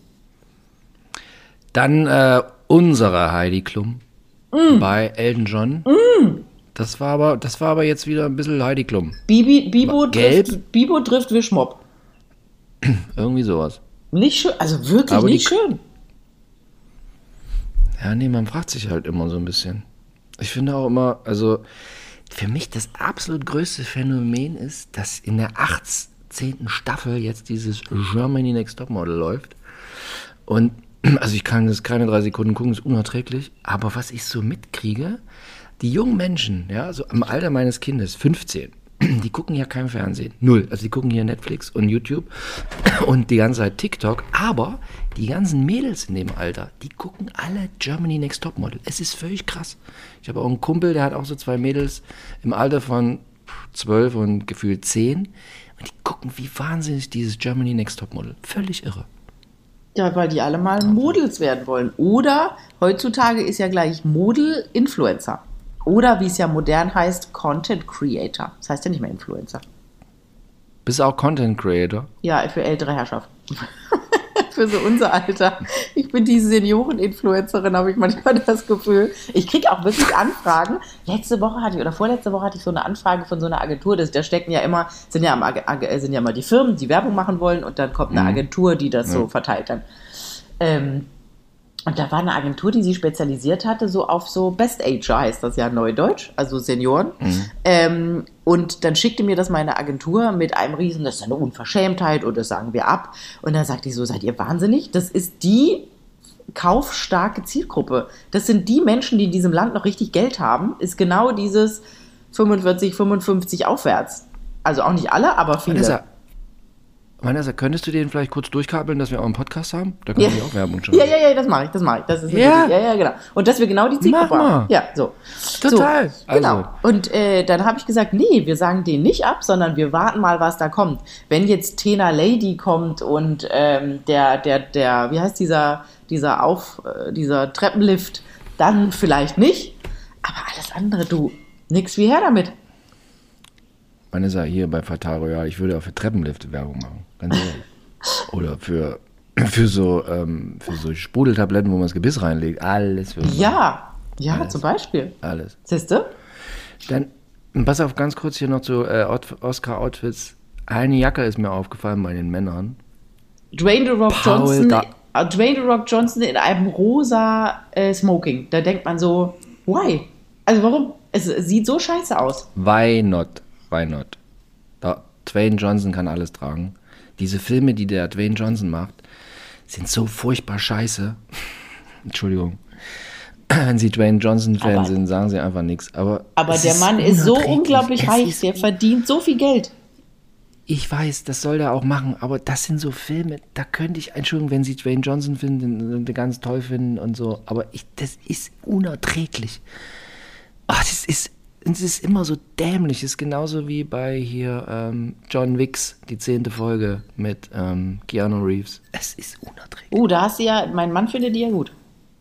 [SPEAKER 3] Dann äh, unsere Heidi Klum mm. bei Elton John. Mm. Das war aber, das war aber jetzt wieder ein bisschen Heidi Klum.
[SPEAKER 1] Bibi, Bibo,
[SPEAKER 3] Gelb.
[SPEAKER 1] Trifft, Bibo trifft Wischmopp.
[SPEAKER 3] Irgendwie sowas.
[SPEAKER 1] Nicht schön, also wirklich aber nicht die, schön.
[SPEAKER 3] Ja, nee, man fragt sich halt immer so ein bisschen. Ich finde auch immer, also für mich das absolut größte Phänomen ist, dass in der achtzehnten Staffel jetzt dieses Germany Next Topmodel läuft. Und also ich kann das keine drei Sekunden gucken, ist unerträglich. Aber was ich so mitkriege, die jungen Menschen, ja, so im Alter meines Kindes, fünfzehn, die gucken ja kein Fernsehen. Null. Also die gucken hier Netflix und YouTube und die ganze Zeit TikTok. Aber die ganzen Mädels in dem Alter, die gucken alle Germany Next Topmodel. Es ist völlig krass. Ich habe auch einen Kumpel, der hat auch so zwei Mädels im Alter von zwölf und gefühlt zehn. Und die gucken, wie wahnsinnig dieses Germany Next Topmodel. Völlig irre.
[SPEAKER 1] Ja, weil die alle mal Models werden wollen. Oder heutzutage ist ja gleich Model-Influencer. Oder wie es ja modern heißt, Content Creator. Das heißt ja nicht mehr Influencer.
[SPEAKER 3] Bist du auch Content Creator?
[SPEAKER 1] Ja, für ältere Herrschaften. Für so unser Alter. Ich bin die Senioren-Influencerin, habe ich manchmal das Gefühl. Ich kriege auch wirklich Anfragen. Letzte Woche hatte ich, oder vorletzte Woche hatte ich so eine Anfrage von so einer Agentur. Das, da stecken ja immer, sind ja, sind ja immer die Firmen, die Werbung machen wollen und dann kommt eine Agentur, die das ja. so verteilt dann. Ähm, Und da war eine Agentur, die sich spezialisiert hatte, so auf so Best Ager, heißt das ja Neudeutsch, also Senioren. Mhm. Ähm, und dann schickte mir das meine Agentur mit einem Riesen, das ist eine Unverschämtheit und das sagen wir ab. Und dann sagte ich so, seid ihr wahnsinnig? Das ist die kaufstarke Zielgruppe. Das sind die Menschen, die in diesem Land noch richtig Geld haben, ist genau dieses fünfundvierzig, fünfundfünfzig aufwärts. Also auch nicht alle, aber viele.
[SPEAKER 3] Vanessa, Vanessa, könntest du den vielleicht kurz durchkabeln, dass wir auch einen Podcast haben? Da können
[SPEAKER 1] Ja.
[SPEAKER 3] wir auch Werbung schon.
[SPEAKER 1] Ja, ja, ja, das mache ich, das mache ich. Das ist
[SPEAKER 3] Ja?
[SPEAKER 1] natürlich- ja, ja, genau. Und dass wir genau die Zielgruppe
[SPEAKER 3] Mach mal.
[SPEAKER 1] haben. Ja, so.
[SPEAKER 3] Total.
[SPEAKER 1] So, genau.
[SPEAKER 3] Also.
[SPEAKER 1] Und äh, dann habe ich gesagt, nee, wir sagen den nicht ab, sondern wir warten mal, was da kommt. Wenn jetzt Tena Lady kommt und ähm, der, der, der, wie heißt dieser, dieser Auf, äh, dieser Treppenlift, dann vielleicht nicht. Aber alles andere, du, nix wie her damit.
[SPEAKER 3] Vanessa, hier bei Fatal Royal, ich würde auch für Treppenlifte Werbung machen. Ganz ehrlich. Oder für, für, so, ähm, für so Sprudeltabletten, wo man das Gebiss reinlegt. Alles für
[SPEAKER 1] Ja, ja,
[SPEAKER 3] Alles.
[SPEAKER 1] zum Beispiel.
[SPEAKER 3] Alles.
[SPEAKER 1] Siehst du?
[SPEAKER 3] Dann, pass auf, ganz kurz hier noch zu äh, Out- Oscar-Outfits. Eine Jacke ist mir aufgefallen bei den Männern.
[SPEAKER 1] Dwayne The Rock
[SPEAKER 3] Paul
[SPEAKER 1] Johnson,
[SPEAKER 3] Da-
[SPEAKER 1] äh, Dwayne The Rock Johnson in einem rosa äh, Smoking. Da denkt man so, why? Also warum? Es, es sieht so scheiße aus.
[SPEAKER 3] Why not? Why not? Da, Dwayne Johnson kann alles tragen. Diese Filme, die der Dwayne Johnson macht, sind so furchtbar scheiße. Entschuldigung. Wenn Sie Dwayne Johnson-Fan
[SPEAKER 1] Aber-
[SPEAKER 3] sind, sagen Sie einfach nichts. Aber,
[SPEAKER 1] Aber
[SPEAKER 3] es
[SPEAKER 1] der Mann ist so
[SPEAKER 3] unerträglich.
[SPEAKER 1] unglaublich
[SPEAKER 3] Es
[SPEAKER 1] reich,
[SPEAKER 3] ist
[SPEAKER 1] der verdient so viel Geld.
[SPEAKER 3] Ich weiß, das soll der auch machen, aber das sind so Filme, da könnte ich, Entschuldigung, wenn Sie Dwayne Johnson finden, den, den ganz toll finden und so, aber ich, das ist unerträglich. Ach, das ist, es ist immer so dämlich, das ist genauso wie bei hier ähm, John Wicks, die zehnte Folge mit ähm, Keanu Reeves. Es ist unerträglich.
[SPEAKER 1] Uh, da hast du ja, mein Mann findet die ja gut.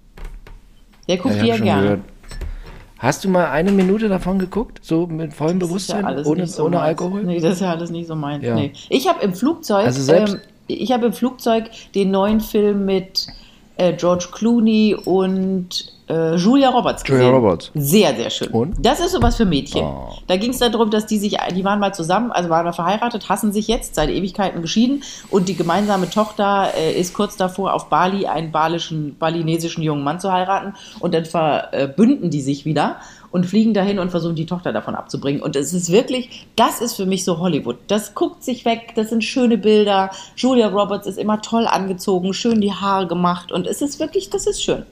[SPEAKER 1] Der guckt
[SPEAKER 3] ich
[SPEAKER 1] die
[SPEAKER 3] hab
[SPEAKER 1] ja
[SPEAKER 3] schon
[SPEAKER 1] gerne.
[SPEAKER 3] gehört. Hast du mal eine Minute davon geguckt? So mit vollem
[SPEAKER 1] Das ist ja
[SPEAKER 3] Bewusstsein,
[SPEAKER 1] alles
[SPEAKER 3] ohne,
[SPEAKER 1] nicht so
[SPEAKER 3] ohne
[SPEAKER 1] meins.
[SPEAKER 3] Alkohol?
[SPEAKER 1] Nee, das ist ja alles nicht so meins.
[SPEAKER 3] Ja.
[SPEAKER 1] Nee. Ich habe im Flugzeug,
[SPEAKER 3] Also selbst-
[SPEAKER 1] ähm, ich habe im Flugzeug den neuen Film mit äh, George Clooney und äh, Julia Roberts gesehen.
[SPEAKER 3] Julia Roberts.
[SPEAKER 1] Sehr, sehr schön.
[SPEAKER 3] Und?
[SPEAKER 1] Das ist sowas für Mädchen.
[SPEAKER 3] Oh.
[SPEAKER 1] Da ging es darum, dass die sich, die waren mal zusammen, also waren mal verheiratet, hassen sich jetzt, seit Ewigkeiten geschieden und die gemeinsame Tochter äh, ist kurz davor, auf Bali einen balischen, balinesischen jungen Mann zu heiraten und dann verbünden die sich wieder und fliegen dahin und versuchen, die Tochter davon abzubringen. Und es ist wirklich, das ist für mich so Hollywood. Das guckt sich weg, das sind schöne Bilder. Julia Roberts ist immer toll angezogen, schön die Haare gemacht und es ist wirklich, das ist schön.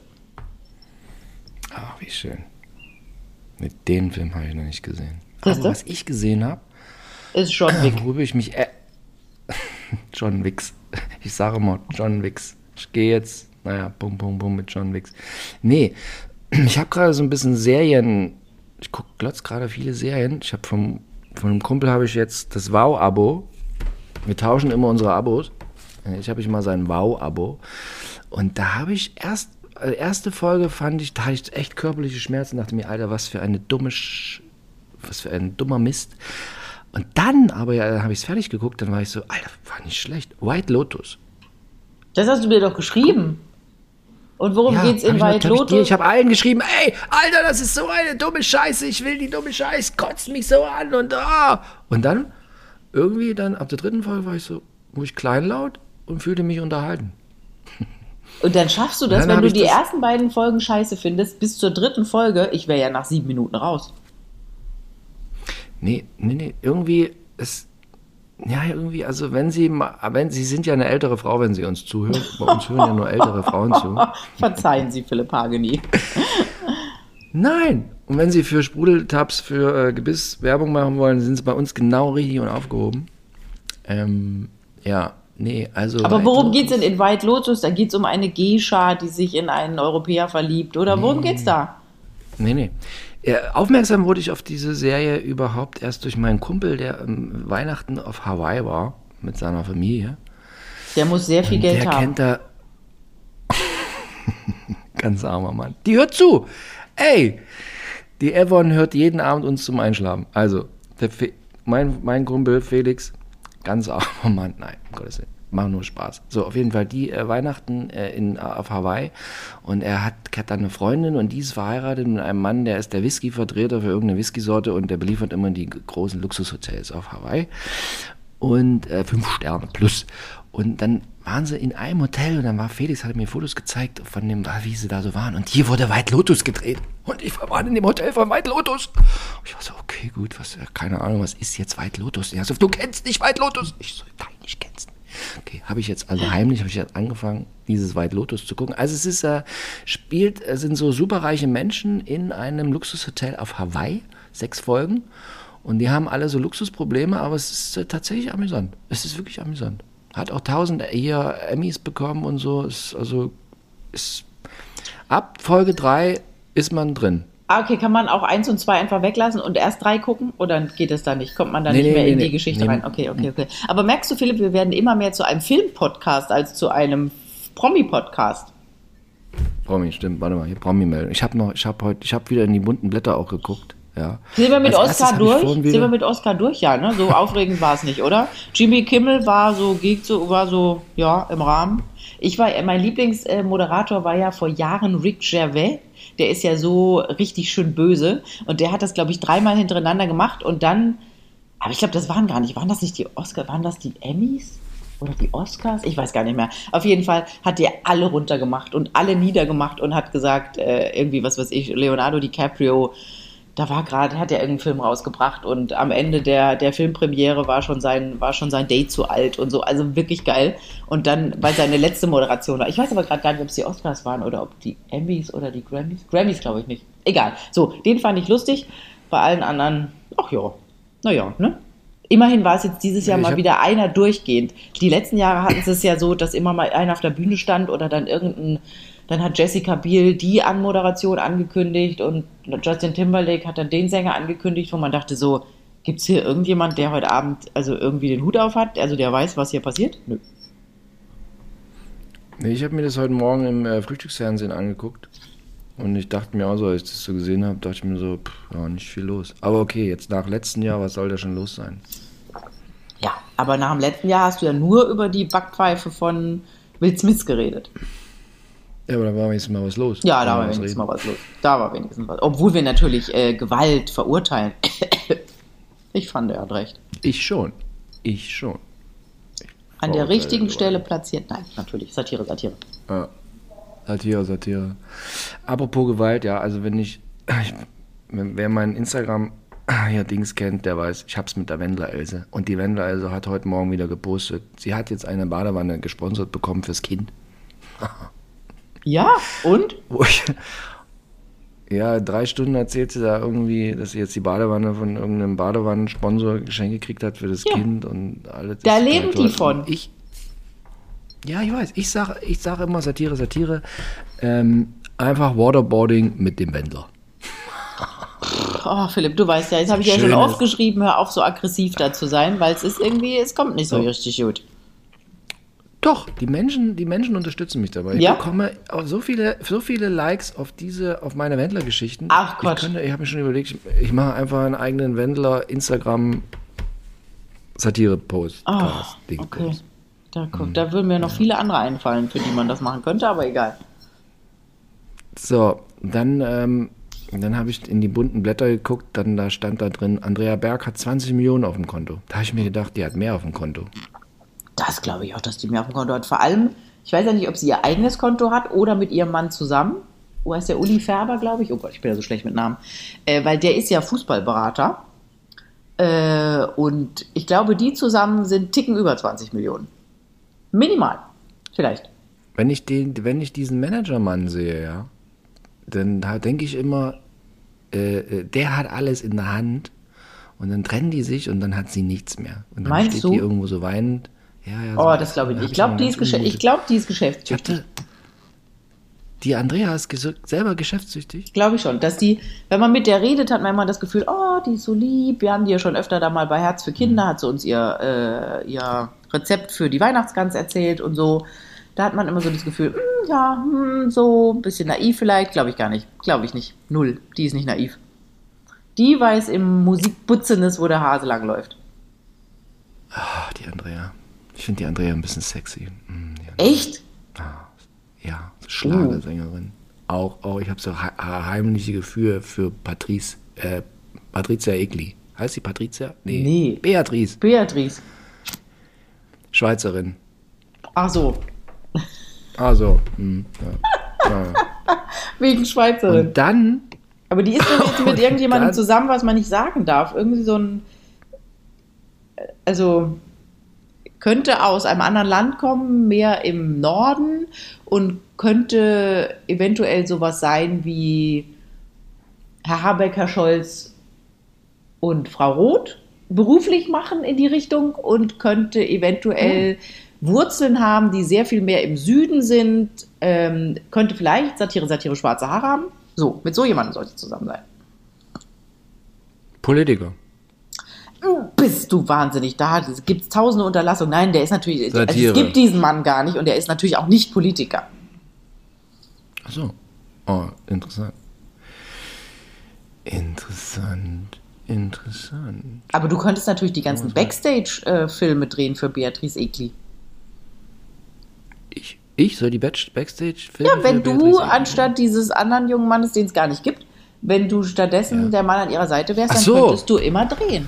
[SPEAKER 3] Ach, wie schön. Mit den Film habe ich noch nicht gesehen.
[SPEAKER 1] Siehst
[SPEAKER 3] Aber
[SPEAKER 1] du?
[SPEAKER 3] was ich gesehen habe,
[SPEAKER 1] Ist schon Wick.
[SPEAKER 3] worüber ich mich... Äh, John Wicks. Ich sage mal John Wicks. Ich gehe jetzt, naja, bum, bum, bum mit John Wicks. Nee, ich habe gerade so ein bisschen Serien... Ich gucke glotz gerade viele Serien. Ich habe vom, von einem Kumpel habe ich jetzt das Wow-Abo. Wir tauschen immer unsere Abos. Ich habe ich mal sein Wow-Abo. Und da habe ich erst... Also erste Folge fand ich, da hatte ich echt körperliche Schmerzen, dachte mir, Alter, was für eine dumme, Sch was für ein dummer Mist. Und dann, aber ja, dann habe ich es fertig geguckt, dann war ich so, Alter, war nicht schlecht. White Lotus.
[SPEAKER 1] Das hast du mir doch geschrieben. Und worum
[SPEAKER 3] Ja,
[SPEAKER 1] geht's
[SPEAKER 3] hab
[SPEAKER 1] in
[SPEAKER 3] ich
[SPEAKER 1] White
[SPEAKER 3] natürlich
[SPEAKER 1] Lotus?
[SPEAKER 3] dir- Ich habe allen geschrieben, ey, Alter, das ist so eine dumme Scheiße, ich will die dumme Scheiße, kotzt mich so an und ah. Und dann, irgendwie dann, ab der dritten Folge war ich so, wurde ich kleinlaut und fühlte mich unterhalten.
[SPEAKER 1] Und dann schaffst du das,
[SPEAKER 3] Dann
[SPEAKER 1] wenn
[SPEAKER 3] hab
[SPEAKER 1] du
[SPEAKER 3] ich
[SPEAKER 1] die
[SPEAKER 3] das-
[SPEAKER 1] ersten beiden Folgen scheiße findest, bis zur dritten Folge, ich wäre ja nach sieben Minuten raus.
[SPEAKER 3] Nee, nee, nee, irgendwie, es, ja, irgendwie, also wenn Sie, mal, wenn Sie sind ja eine ältere Frau, wenn Sie uns zuhören, bei uns hören ja nur ältere Frauen zu.
[SPEAKER 1] Verzeihen Sie, Philipp Hageni.
[SPEAKER 3] Nein! Und wenn Sie für Sprudeltabs, für äh, Gebiss Werbung machen wollen, sind Sie bei uns genau richtig und aufgehoben. Ähm, ja, nee, also...
[SPEAKER 1] Aber
[SPEAKER 3] White
[SPEAKER 1] worum
[SPEAKER 3] Lotus-
[SPEAKER 1] geht's denn in White Lotus? Da geht's um eine Geisha, die sich in einen Europäer verliebt. Oder worum geht's da?
[SPEAKER 3] Nee, nee. Äh, aufmerksam wurde ich auf diese Serie überhaupt erst durch meinen Kumpel, der ähm, Weihnachten auf Hawaii war, mit seiner Familie.
[SPEAKER 1] Der muss sehr viel
[SPEAKER 3] Und
[SPEAKER 1] Geld
[SPEAKER 3] der
[SPEAKER 1] haben.
[SPEAKER 3] kennt da... Ganz armer Mann. Die hört zu! Ey! Die Evon hört jeden Abend uns zum Einschlafen. Also, der Fe mein, mein Kumpel Felix, ganz armer Mann. Nein, um Gottes Willen. Machen nur Spaß. So, auf jeden Fall die äh, Weihnachten äh, in, auf Hawaii. Und er hat, hat dann eine Freundin und die ist verheiratet mit einem Mann, der ist der Whisky-Vertreter für irgendeine Whiskysorte und der beliefert immer die großen Luxushotels auf Hawaii. Und äh, fünf Sterne plus. Und dann waren sie in einem Hotel und dann war Felix, hat mir Fotos gezeigt von dem, wie sie da so waren. Und hier wurde White Lotus gedreht. Und ich war in dem Hotel von White Lotus. Und ich war so, okay, gut, was, keine Ahnung, was ist jetzt White Lotus? Ja, so, du kennst nicht White Lotus. Ich so, nein, ich kenn's nicht. Okay, habe ich jetzt, also heimlich habe ich jetzt angefangen, dieses White Lotus zu gucken. Also es ist, äh, spielt, es sind so superreiche Menschen in einem Luxushotel auf Hawaii, sechs Folgen. Und die haben alle so Luxusprobleme, aber es ist äh, tatsächlich amüsant. Es ist wirklich amüsant. Hat auch tausend hier Emmys bekommen und so. Ist, also ist, ab Folge drei ist man drin.
[SPEAKER 1] Ah, okay, kann man auch eins und zwei einfach weglassen und erst drei gucken? Oder geht es da nicht? Kommt man da
[SPEAKER 3] Nee,
[SPEAKER 1] nicht
[SPEAKER 3] nee,
[SPEAKER 1] mehr
[SPEAKER 3] nee,
[SPEAKER 1] in die
[SPEAKER 3] nee.
[SPEAKER 1] Geschichte
[SPEAKER 3] Nee.
[SPEAKER 1] rein? Okay, okay, okay. Aber merkst du, Philipp, wir werden immer mehr zu einem Film-Podcast als zu einem Promi-Podcast.
[SPEAKER 3] Promi, stimmt, warte mal, hier Promi-Meldung. Ich habe noch, ich habe heute, ich habe wieder in die bunten Blätter auch geguckt, ja.
[SPEAKER 1] Sind wir mit
[SPEAKER 3] Als erstes
[SPEAKER 1] Oscar
[SPEAKER 3] hab ich
[SPEAKER 1] durch?
[SPEAKER 3] vorhin
[SPEAKER 1] Sind
[SPEAKER 3] wieder-
[SPEAKER 1] wir mit Oscar durch? Ja, ne? So aufregend war es nicht, oder? Jimmy Kimmel war so, geht so, war so, ja, im Rahmen. Ich war, mein Lieblingsmoderator war ja vor Jahren Rick Gervais. Der ist ja so richtig schön böse. Und der hat das, glaube ich, dreimal hintereinander gemacht. Und dann, aber ich glaube, das waren gar nicht, waren das nicht die Oscar, waren das die Emmys? Oder die Oscars? Ich weiß gar nicht mehr. Auf jeden Fall hat der alle runtergemacht und alle niedergemacht und hat gesagt, äh, irgendwie, was weiß ich, Leonardo DiCaprio, da war gerade, hat er irgendeinen Film rausgebracht und am Ende der, der Filmpremiere war schon sein, war schon sein Date zu alt und so. Also wirklich geil. Und dann, weil seine letzte Moderation war, ich weiß aber gerade gar nicht, ob es die Oscars waren oder ob die Emmys oder die Grammys. Grammys glaube ich nicht. Egal. So, den fand ich lustig. Bei allen anderen, ach ja, naja, ne? Immerhin war es jetzt dieses Jahr
[SPEAKER 3] Ich
[SPEAKER 1] mal
[SPEAKER 3] hab-
[SPEAKER 1] wieder einer durchgehend. Die letzten Jahre hatten sie es ja so, dass immer mal einer auf der Bühne stand oder dann irgendein, dann hat Jessica Biel die Anmoderation angekündigt und Justin Timberlake hat dann den Sänger angekündigt, wo man dachte so, gibt es hier irgendjemand, der heute Abend also irgendwie den Hut auf hat, also der weiß, was hier passiert? Nö.
[SPEAKER 3] Nee, ich habe mir das heute Morgen im äh, Frühstücksfernsehen angeguckt und ich dachte mir auch so, als ich das so gesehen habe, dachte ich mir so, pff, ja, nicht viel los. Aber okay, jetzt nach letztem Jahr, was soll da schon los sein?
[SPEAKER 1] Ja, aber nach dem letzten Jahr hast du ja nur über die Backpfeife von Will Smith geredet.
[SPEAKER 3] Ja, aber da war wenigstens mal was los.
[SPEAKER 1] Ja, da
[SPEAKER 3] Mal
[SPEAKER 1] war
[SPEAKER 3] was
[SPEAKER 1] wenigstens
[SPEAKER 3] reden.
[SPEAKER 1] mal was los. Da war wenigstens was. Obwohl wir natürlich äh, Gewalt verurteilen. Ich fand, er hat recht.
[SPEAKER 3] Ich schon. Ich schon.
[SPEAKER 1] An der
[SPEAKER 3] Verurteile
[SPEAKER 1] richtigen
[SPEAKER 3] Gewalt.
[SPEAKER 1] Stelle platziert. Nein, natürlich. Satire, Satire.
[SPEAKER 3] Ja. Satire, Satire. Apropos Gewalt, ja, also wenn ich, ich wenn, wer mein Instagram hier Dings kennt, der weiß, ich hab's mit der Wendler-Else. Und die Wendler-Else hat heute Morgen wieder gepostet. Sie hat jetzt eine Badewanne gesponsert bekommen fürs Kind.
[SPEAKER 1] Ja, und?
[SPEAKER 3] Wo ich, ja, drei Stunden erzählt sie da irgendwie, dass sie jetzt die Badewanne von irgendeinem Badewannensponsor geschenkt gekriegt hat für das
[SPEAKER 1] Ja.
[SPEAKER 3] Kind und alles.
[SPEAKER 1] Da
[SPEAKER 3] ist
[SPEAKER 1] leben
[SPEAKER 3] total
[SPEAKER 1] die von.
[SPEAKER 3] Und Ich, ja, ich weiß. Ich sage ich sag immer Satire, Satire. Ähm, einfach Waterboarding mit dem Wendler.
[SPEAKER 1] Oh, Philipp, du weißt ja, jetzt habe ich ja schon
[SPEAKER 3] Schönes.
[SPEAKER 1] oft geschrieben, hör auf, so aggressiv da zu sein, weil es ist irgendwie, es kommt nicht so
[SPEAKER 3] So.
[SPEAKER 1] richtig gut.
[SPEAKER 3] Doch, die Menschen, die Menschen unterstützen mich dabei.
[SPEAKER 1] Ja?
[SPEAKER 3] Ich bekomme auch so viele, so viele Likes auf diese, auf meine Wendler-Geschichten.
[SPEAKER 1] Ach, Quatsch.
[SPEAKER 3] Ich, könnte- ich habe mir schon überlegt, ich, ich mache einfach einen eigenen Wendler Instagram Satire-Post.
[SPEAKER 1] Oh,
[SPEAKER 3] Ding-
[SPEAKER 1] okay.
[SPEAKER 3] Post.
[SPEAKER 1] Da, guck, da würden mir noch viele andere einfallen, für die man das machen könnte, aber egal.
[SPEAKER 3] So, dann, ähm, dann habe ich in die bunten Blätter geguckt, dann da stand da drin, Andrea Berg hat zwanzig Millionen auf dem Konto. Da habe ich mir gedacht, die hat mehr auf dem Konto.
[SPEAKER 1] Das glaube ich auch, dass die mehr auf dem Konto hat. Vor allem, ich weiß ja nicht, ob sie ihr eigenes Konto hat oder mit ihrem Mann zusammen. Wo heißt der? Uli Färber, glaube ich. Oh Gott, ich bin ja so schlecht mit Namen. Äh, weil der ist ja Fußballberater. Äh, und ich glaube, die zusammen sind Ticken über zwanzig Millionen. Minimal. Vielleicht.
[SPEAKER 3] Wenn ich den, wenn ich diesen Managermann sehe, ja, dann da denke ich immer, äh, äh, der hat alles in der Hand und dann trennen die sich und dann hat sie nichts mehr. Und dann
[SPEAKER 1] Meinst
[SPEAKER 3] steht
[SPEAKER 1] du?
[SPEAKER 3] die irgendwo so weinend. Ja, ja,
[SPEAKER 1] Oh,
[SPEAKER 3] so.
[SPEAKER 1] das glaube ich
[SPEAKER 3] Dann
[SPEAKER 1] nicht. Ich
[SPEAKER 3] hab
[SPEAKER 1] glaube,
[SPEAKER 3] immer
[SPEAKER 1] die,
[SPEAKER 3] ganz
[SPEAKER 1] ist gesche-
[SPEAKER 3] unmutig.
[SPEAKER 1] ich glaub, die ist
[SPEAKER 3] Ich
[SPEAKER 1] geschäftstüchtig.
[SPEAKER 3] hatte, die Andrea ist ges- selber geschäftstüchtig.
[SPEAKER 1] Glaube ich schon, dass die, wenn man mit der redet, hat man immer das Gefühl, oh, die ist so lieb. Wir haben die ja schon öfter da mal bei Herz für Kinder, hat sie uns ihr, äh, ihr Rezept für die Weihnachtsgans erzählt und so. Da hat man immer so das Gefühl, hm, ja, hm, so ein bisschen naiv vielleicht. Glaube ich gar nicht. Glaube ich nicht. Null. Die ist nicht naiv. Die weiß im Musikbutzenes, wo der Hase lang läuft.
[SPEAKER 3] Ach, die Andrea. Ich finde die Andrea ein bisschen sexy. Mm, ja.
[SPEAKER 1] Echt?
[SPEAKER 3] Ja, Schlagersängerin. Auch, auch, ich habe so he heimliche Gefühle für Patrice, äh, Patricia Egli. Heißt sie Patricia?
[SPEAKER 1] Nee.
[SPEAKER 3] Beatrice,
[SPEAKER 1] Beatrice.
[SPEAKER 3] Schweizerin.
[SPEAKER 1] Ach so.
[SPEAKER 3] Also, hm, ja. ja.
[SPEAKER 1] Wegen Schweizerin.
[SPEAKER 3] Und dann,
[SPEAKER 1] Aber die ist doch jetzt mit
[SPEAKER 3] Und
[SPEAKER 1] irgendjemandem
[SPEAKER 3] dann-
[SPEAKER 1] zusammen, was man nicht sagen darf. Irgendwie so ein. Also könnte aus einem anderen Land kommen, mehr im Norden und könnte eventuell sowas sein wie Herr Habeck, Herr Scholz und Frau Roth beruflich machen in die Richtung und könnte eventuell Wurzeln haben, die sehr viel mehr im Süden sind, ähm, könnte vielleicht Satire, Satire, schwarze Haare haben. So, mit so jemandem sollte ich zusammen sein.
[SPEAKER 3] Politiker.
[SPEAKER 1] Bist du wahnsinnig, da gibt es tausende Unterlassungen. Nein, der ist natürlich, also
[SPEAKER 3] Satire.
[SPEAKER 1] es gibt diesen Mann gar nicht und der ist natürlich auch nicht Politiker.
[SPEAKER 3] Ach so. Oh, interessant. Interessant. Interessant.
[SPEAKER 1] Aber du könntest natürlich die ganzen Backstage-Filme drehen für Beatrice Egli.
[SPEAKER 3] Ich, ich soll die Back- Backstage-Filme?
[SPEAKER 1] Ja, wenn
[SPEAKER 3] für
[SPEAKER 1] du
[SPEAKER 3] Beatrice Egli?
[SPEAKER 1] anstatt dieses anderen jungen Mannes, den es gar nicht gibt, wenn du stattdessen
[SPEAKER 3] Ja.
[SPEAKER 1] der Mann an ihrer Seite wärst,
[SPEAKER 3] Ach
[SPEAKER 1] dann
[SPEAKER 3] so.
[SPEAKER 1] könntest du immer drehen.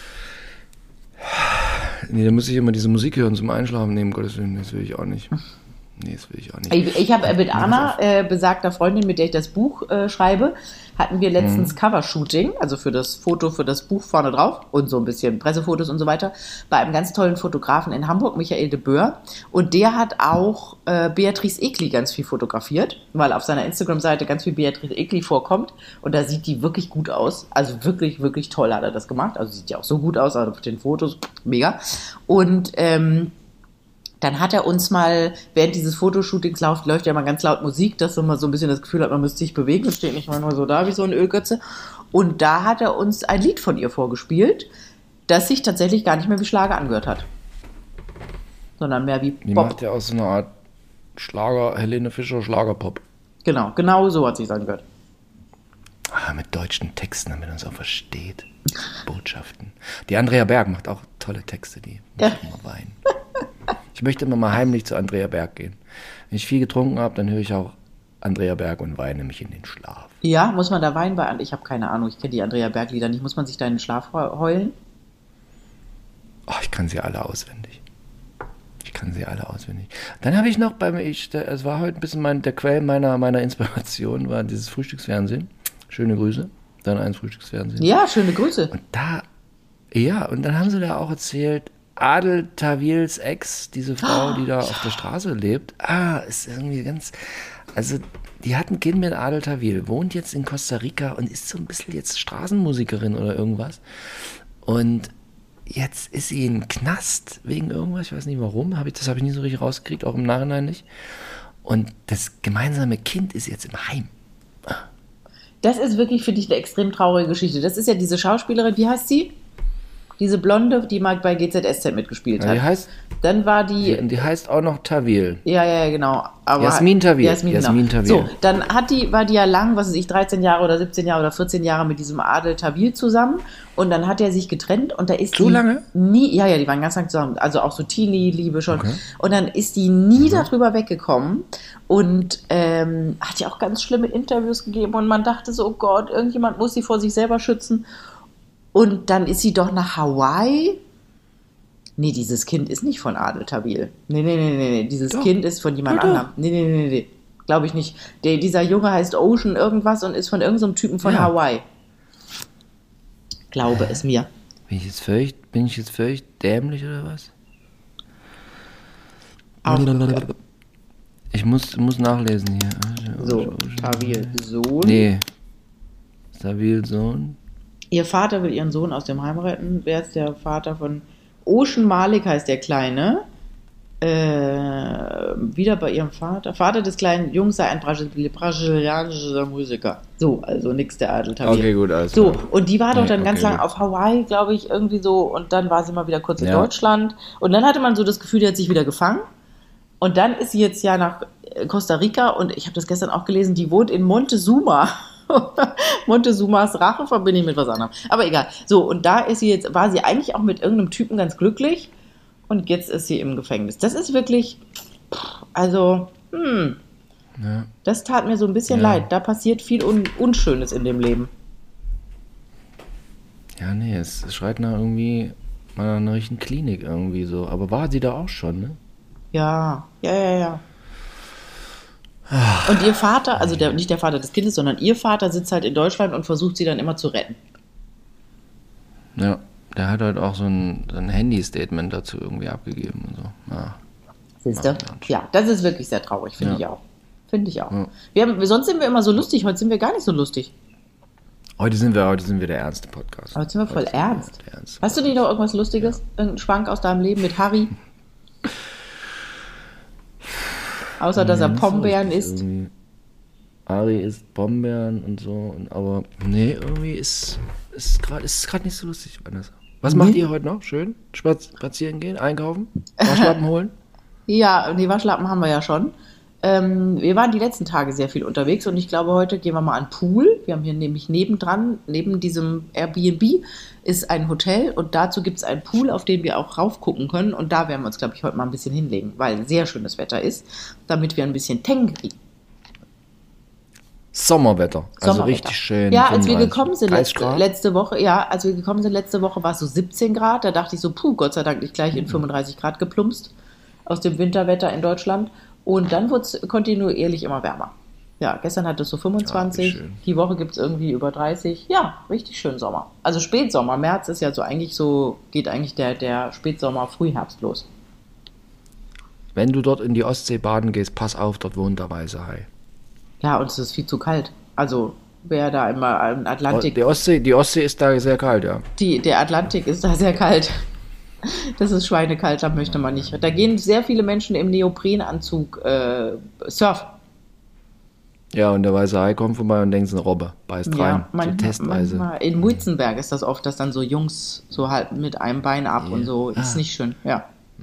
[SPEAKER 3] Nee, da muss ich immer diese Musik hören zum Einschlafen nehmen, Gottes Willen. Das will ich auch nicht. Nee, das will ich auch nicht.
[SPEAKER 1] Ich, ich habe mit Anna, äh, besagter Freundin, mit der ich das Buch äh, schreibe, hatten wir letztens
[SPEAKER 3] Mhm.
[SPEAKER 1] Covershooting, also für das Foto, für das Buch vorne drauf und so ein bisschen Pressefotos und so weiter, bei einem ganz tollen Fotografen in Hamburg, Michael de Boer. Und der hat auch äh, Beatrice Egli ganz viel fotografiert, weil auf seiner Instagram-Seite ganz viel Beatrice Egli vorkommt. Und da sieht die wirklich gut aus. Also wirklich, wirklich toll hat er das gemacht. Also sieht ja auch so gut aus, also auf den Fotos, mega. Und ähm, dann hat er uns mal, während dieses Fotoshootings läuft, läuft ja mal ganz laut Musik, dass man so ein bisschen das Gefühl hat, man müsste sich bewegen, es steht nicht mal nur so da wie so ein Ölgötze. Und da hat er uns ein Lied von ihr vorgespielt, das sich tatsächlich gar nicht mehr wie Schlager angehört hat. Sondern mehr wie
[SPEAKER 3] Die
[SPEAKER 1] Pop.
[SPEAKER 3] macht ja auch so eine Art Schlager, Helene Fischer Schlagerpop.
[SPEAKER 1] Genau, genau so hat sie es angehört.
[SPEAKER 3] Ah, mit deutschen Texten, damit man es auch versteht. Botschaften. Die Andrea Berg macht auch tolle Texte, die muss
[SPEAKER 1] Ja.
[SPEAKER 3] immer weinen. Ich möchte immer mal heimlich zu Andrea Berg gehen. Wenn ich viel getrunken habe, dann höre ich auch Andrea Berg und weine mich in den Schlaf.
[SPEAKER 1] Ja, muss man da weinen bei? Ich habe keine Ahnung, ich kenne die Andrea Berg-Lieder nicht. Muss man sich da in den Schlaf heulen?
[SPEAKER 3] Oh, ich kann sie alle auswendig. Ich kann sie alle auswendig. Dann habe ich noch beim, ich, es war heute ein bisschen mein, der Quell meiner, meiner Inspiration, war dieses Frühstücksfernsehen. Schöne Grüße. Dann eins Frühstücksfernsehen.
[SPEAKER 1] Ja, schöne Grüße.
[SPEAKER 3] Und da, ja, und dann haben sie da auch erzählt, Adel Tawils Ex, diese Frau, die da auf der Straße lebt, ah, ist irgendwie ganz, also die hat ein Kind mit Adel Tawil, wohnt jetzt in Costa Rica und ist so ein bisschen jetzt Straßenmusikerin oder irgendwas. Und jetzt ist sie im Knast wegen irgendwas, ich weiß nicht warum, hab ich, das habe ich nie so richtig rausgekriegt, auch im Nachhinein nicht. Und das gemeinsame Kind ist jetzt im Heim.
[SPEAKER 1] Das ist wirklich für dich eine extrem traurige Geschichte. Das ist ja diese Schauspielerin, wie heißt sie? Diese Blonde, die mal bei G Z S Z mitgespielt
[SPEAKER 3] Ja,
[SPEAKER 1] hat.
[SPEAKER 3] die heißt,
[SPEAKER 1] Dann war die,
[SPEAKER 3] die, die heißt auch noch Tawil.
[SPEAKER 1] ja, ja, ja, genau. Aber
[SPEAKER 3] Jasmin Tawil.
[SPEAKER 1] Jasmin, genau.
[SPEAKER 3] Jasmin Tawil.
[SPEAKER 1] So, dann hat die, war die ja lang, was weiß ich, dreizehn Jahre oder siebzehn Jahre oder vierzehn Jahre mit diesem Adel Tawil zusammen. Und dann hat er sich getrennt und da ist
[SPEAKER 3] So
[SPEAKER 1] die
[SPEAKER 3] lange?
[SPEAKER 1] nie, ja, ja, die waren ganz lang zusammen. Also auch so Teenie-Liebe schon.
[SPEAKER 3] Okay.
[SPEAKER 1] Und dann ist die nie darüber weggekommen und ähm, hat ja auch ganz schlimme Interviews gegeben und man dachte so, oh Gott, irgendjemand muss sie vor sich selber schützen. Und dann ist sie doch nach Hawaii. Nee, dieses Kind ist nicht von Adel Tawil. Nee, nee, nee, nee, nee. Dieses
[SPEAKER 3] Doch.
[SPEAKER 1] Kind ist von jemand
[SPEAKER 3] Doch, doch.
[SPEAKER 1] anderem. Nee, nee, nee, nee, nee. Glaube ich nicht. Der, dieser Junge heißt Ocean irgendwas und ist von irgendeinem Typen von
[SPEAKER 3] Ja.
[SPEAKER 1] Hawaii. Glaube es mir.
[SPEAKER 3] Bin ich jetzt völlig, bin ich jetzt völlig dämlich oder was?
[SPEAKER 1] Auch,
[SPEAKER 3] Ich muss, muss nachlesen hier.
[SPEAKER 1] so, Tawil Sohn.
[SPEAKER 3] Nee. Tawil Sohn.
[SPEAKER 1] Ihr Vater will ihren Sohn aus dem Heim retten. Wer ist der Vater von Ocean Malik, heißt der Kleine. Äh, wieder bei ihrem Vater. Vater des kleinen Jungs sei ein Brasil- brasilianischer Musiker. So, also nix der Adel Tawil.
[SPEAKER 3] Okay, gut, alles
[SPEAKER 1] So,
[SPEAKER 3] klar.
[SPEAKER 1] und die war doch
[SPEAKER 3] Nee,
[SPEAKER 1] dann ganz
[SPEAKER 3] okay,
[SPEAKER 1] lang
[SPEAKER 3] gut.
[SPEAKER 1] auf Hawaii, glaube ich, irgendwie so. Und dann war sie mal wieder kurz in
[SPEAKER 3] Ja.
[SPEAKER 1] Deutschland. Und dann hatte man so das Gefühl, die hat sich wieder gefangen. Und dann ist sie jetzt ja nach Costa Rica. Und ich habe das gestern auch gelesen, die wohnt in Montezuma. Montezumas Rache verbinde ich mit was anderem. Aber egal. So, und da ist sie jetzt, war sie eigentlich auch mit irgendeinem Typen ganz glücklich. Und jetzt ist sie im Gefängnis. Das ist wirklich, pff, also, hm,
[SPEAKER 3] Ja.
[SPEAKER 1] das tat mir so ein bisschen
[SPEAKER 3] Ja.
[SPEAKER 1] leid. Da passiert viel Un Unschönes in dem Leben.
[SPEAKER 3] Ja, nee, es, es schreit nach irgendwie mal nach einer richtigen Klinik irgendwie so. Aber war sie da auch schon, ne?
[SPEAKER 1] Ja, ja, ja, ja. Und ihr Vater, also der, nicht der Vater des Kindes, sondern ihr Vater sitzt halt in Deutschland und versucht sie dann immer zu retten.
[SPEAKER 3] Ja, der hat halt auch so ein, so ein Handy-Statement dazu irgendwie abgegeben und so. Ja.
[SPEAKER 1] Siehst du? Ja, das ist wirklich sehr traurig, finde
[SPEAKER 3] Ja.
[SPEAKER 1] ich auch. Finde ich auch.
[SPEAKER 3] Ja.
[SPEAKER 1] Wir haben, sonst sind wir immer so lustig, heute sind wir gar nicht so lustig.
[SPEAKER 3] Heute sind wir, heute sind wir der ernste Podcast.
[SPEAKER 1] Heute sind wir voll
[SPEAKER 3] Heute
[SPEAKER 1] ernst.
[SPEAKER 3] der ernste
[SPEAKER 1] Hast du nicht noch irgendwas Lustiges? Irgendeinen Schwank aus deinem Leben mit Harry? Außer, dass er
[SPEAKER 3] nicht so
[SPEAKER 1] Pombeeren
[SPEAKER 3] richtig
[SPEAKER 1] isst.
[SPEAKER 3] irgendwie. Ari isst Pombeeren und so, und, aber nee, irgendwie ist ist gerade ist gerade nicht so lustig, Vanessa. Was
[SPEAKER 1] Nee.
[SPEAKER 3] macht ihr heute noch? Schön? Spaz spazieren gehen, einkaufen, Waschlappen holen?
[SPEAKER 1] Ja, die Waschlappen haben wir ja schon. Ähm, wir waren die letzten Tage sehr viel unterwegs und ich glaube, heute gehen wir mal an den Pool. Wir haben hier nämlich nebendran, neben diesem Airbnb, ist ein Hotel und dazu gibt es einen Pool, auf den wir auch raufgucken können. Und da werden wir uns, glaube ich, heute mal ein bisschen hinlegen, weil sehr schönes Wetter ist, damit wir ein bisschen Teng kriegen.
[SPEAKER 3] Sommerwetter, also
[SPEAKER 1] Sommerwetter.
[SPEAKER 3] richtig schön.
[SPEAKER 1] Ja, als wir
[SPEAKER 3] fünfunddreißig,
[SPEAKER 1] gekommen sind
[SPEAKER 3] dreißig
[SPEAKER 1] letzte,
[SPEAKER 3] Grad.
[SPEAKER 1] letzte Woche, ja, als wir gekommen sind letzte Woche war es so siebzehn Grad. Da dachte ich so, puh, Gott sei Dank nicht gleich in fünfunddreißig Grad geplumpst aus dem Winterwetter in Deutschland. Und dann wurde es kontinuierlich immer wärmer. Ja, gestern hatte es so fünfundzwanzig,
[SPEAKER 3] Ja, wie schön.
[SPEAKER 1] die Woche gibt es irgendwie über dreißig. Ja, richtig schön Sommer. Also Spätsommer, März ist ja so eigentlich so, geht eigentlich der, der Spätsommer, Frühherbst los.
[SPEAKER 3] Wenn du dort in die Ostsee baden gehst, pass auf, dort wohnt der weiße Hai.
[SPEAKER 1] Ja, und es ist viel zu kalt. Also wer da immer im Atlantik...
[SPEAKER 3] Die Ostsee, die Ostsee ist da sehr kalt, ja.
[SPEAKER 1] Die, der Atlantik ist da sehr kalt. Das ist schweinekalt, da möchte man nicht. Da gehen sehr viele Menschen im Neoprenanzug äh, surfen.
[SPEAKER 3] Ja, und der weiße Hai kommt vorbei und denkt, es ist eine Robbe, beißt rein,
[SPEAKER 1] Ja,
[SPEAKER 3] so
[SPEAKER 1] manchmal,
[SPEAKER 3] testweise.
[SPEAKER 1] manchmal. In Muizenberg ist das oft, dass dann so Jungs so halt mit einem Bein ab und so. Ist
[SPEAKER 3] Ah.
[SPEAKER 1] nicht schön, ja.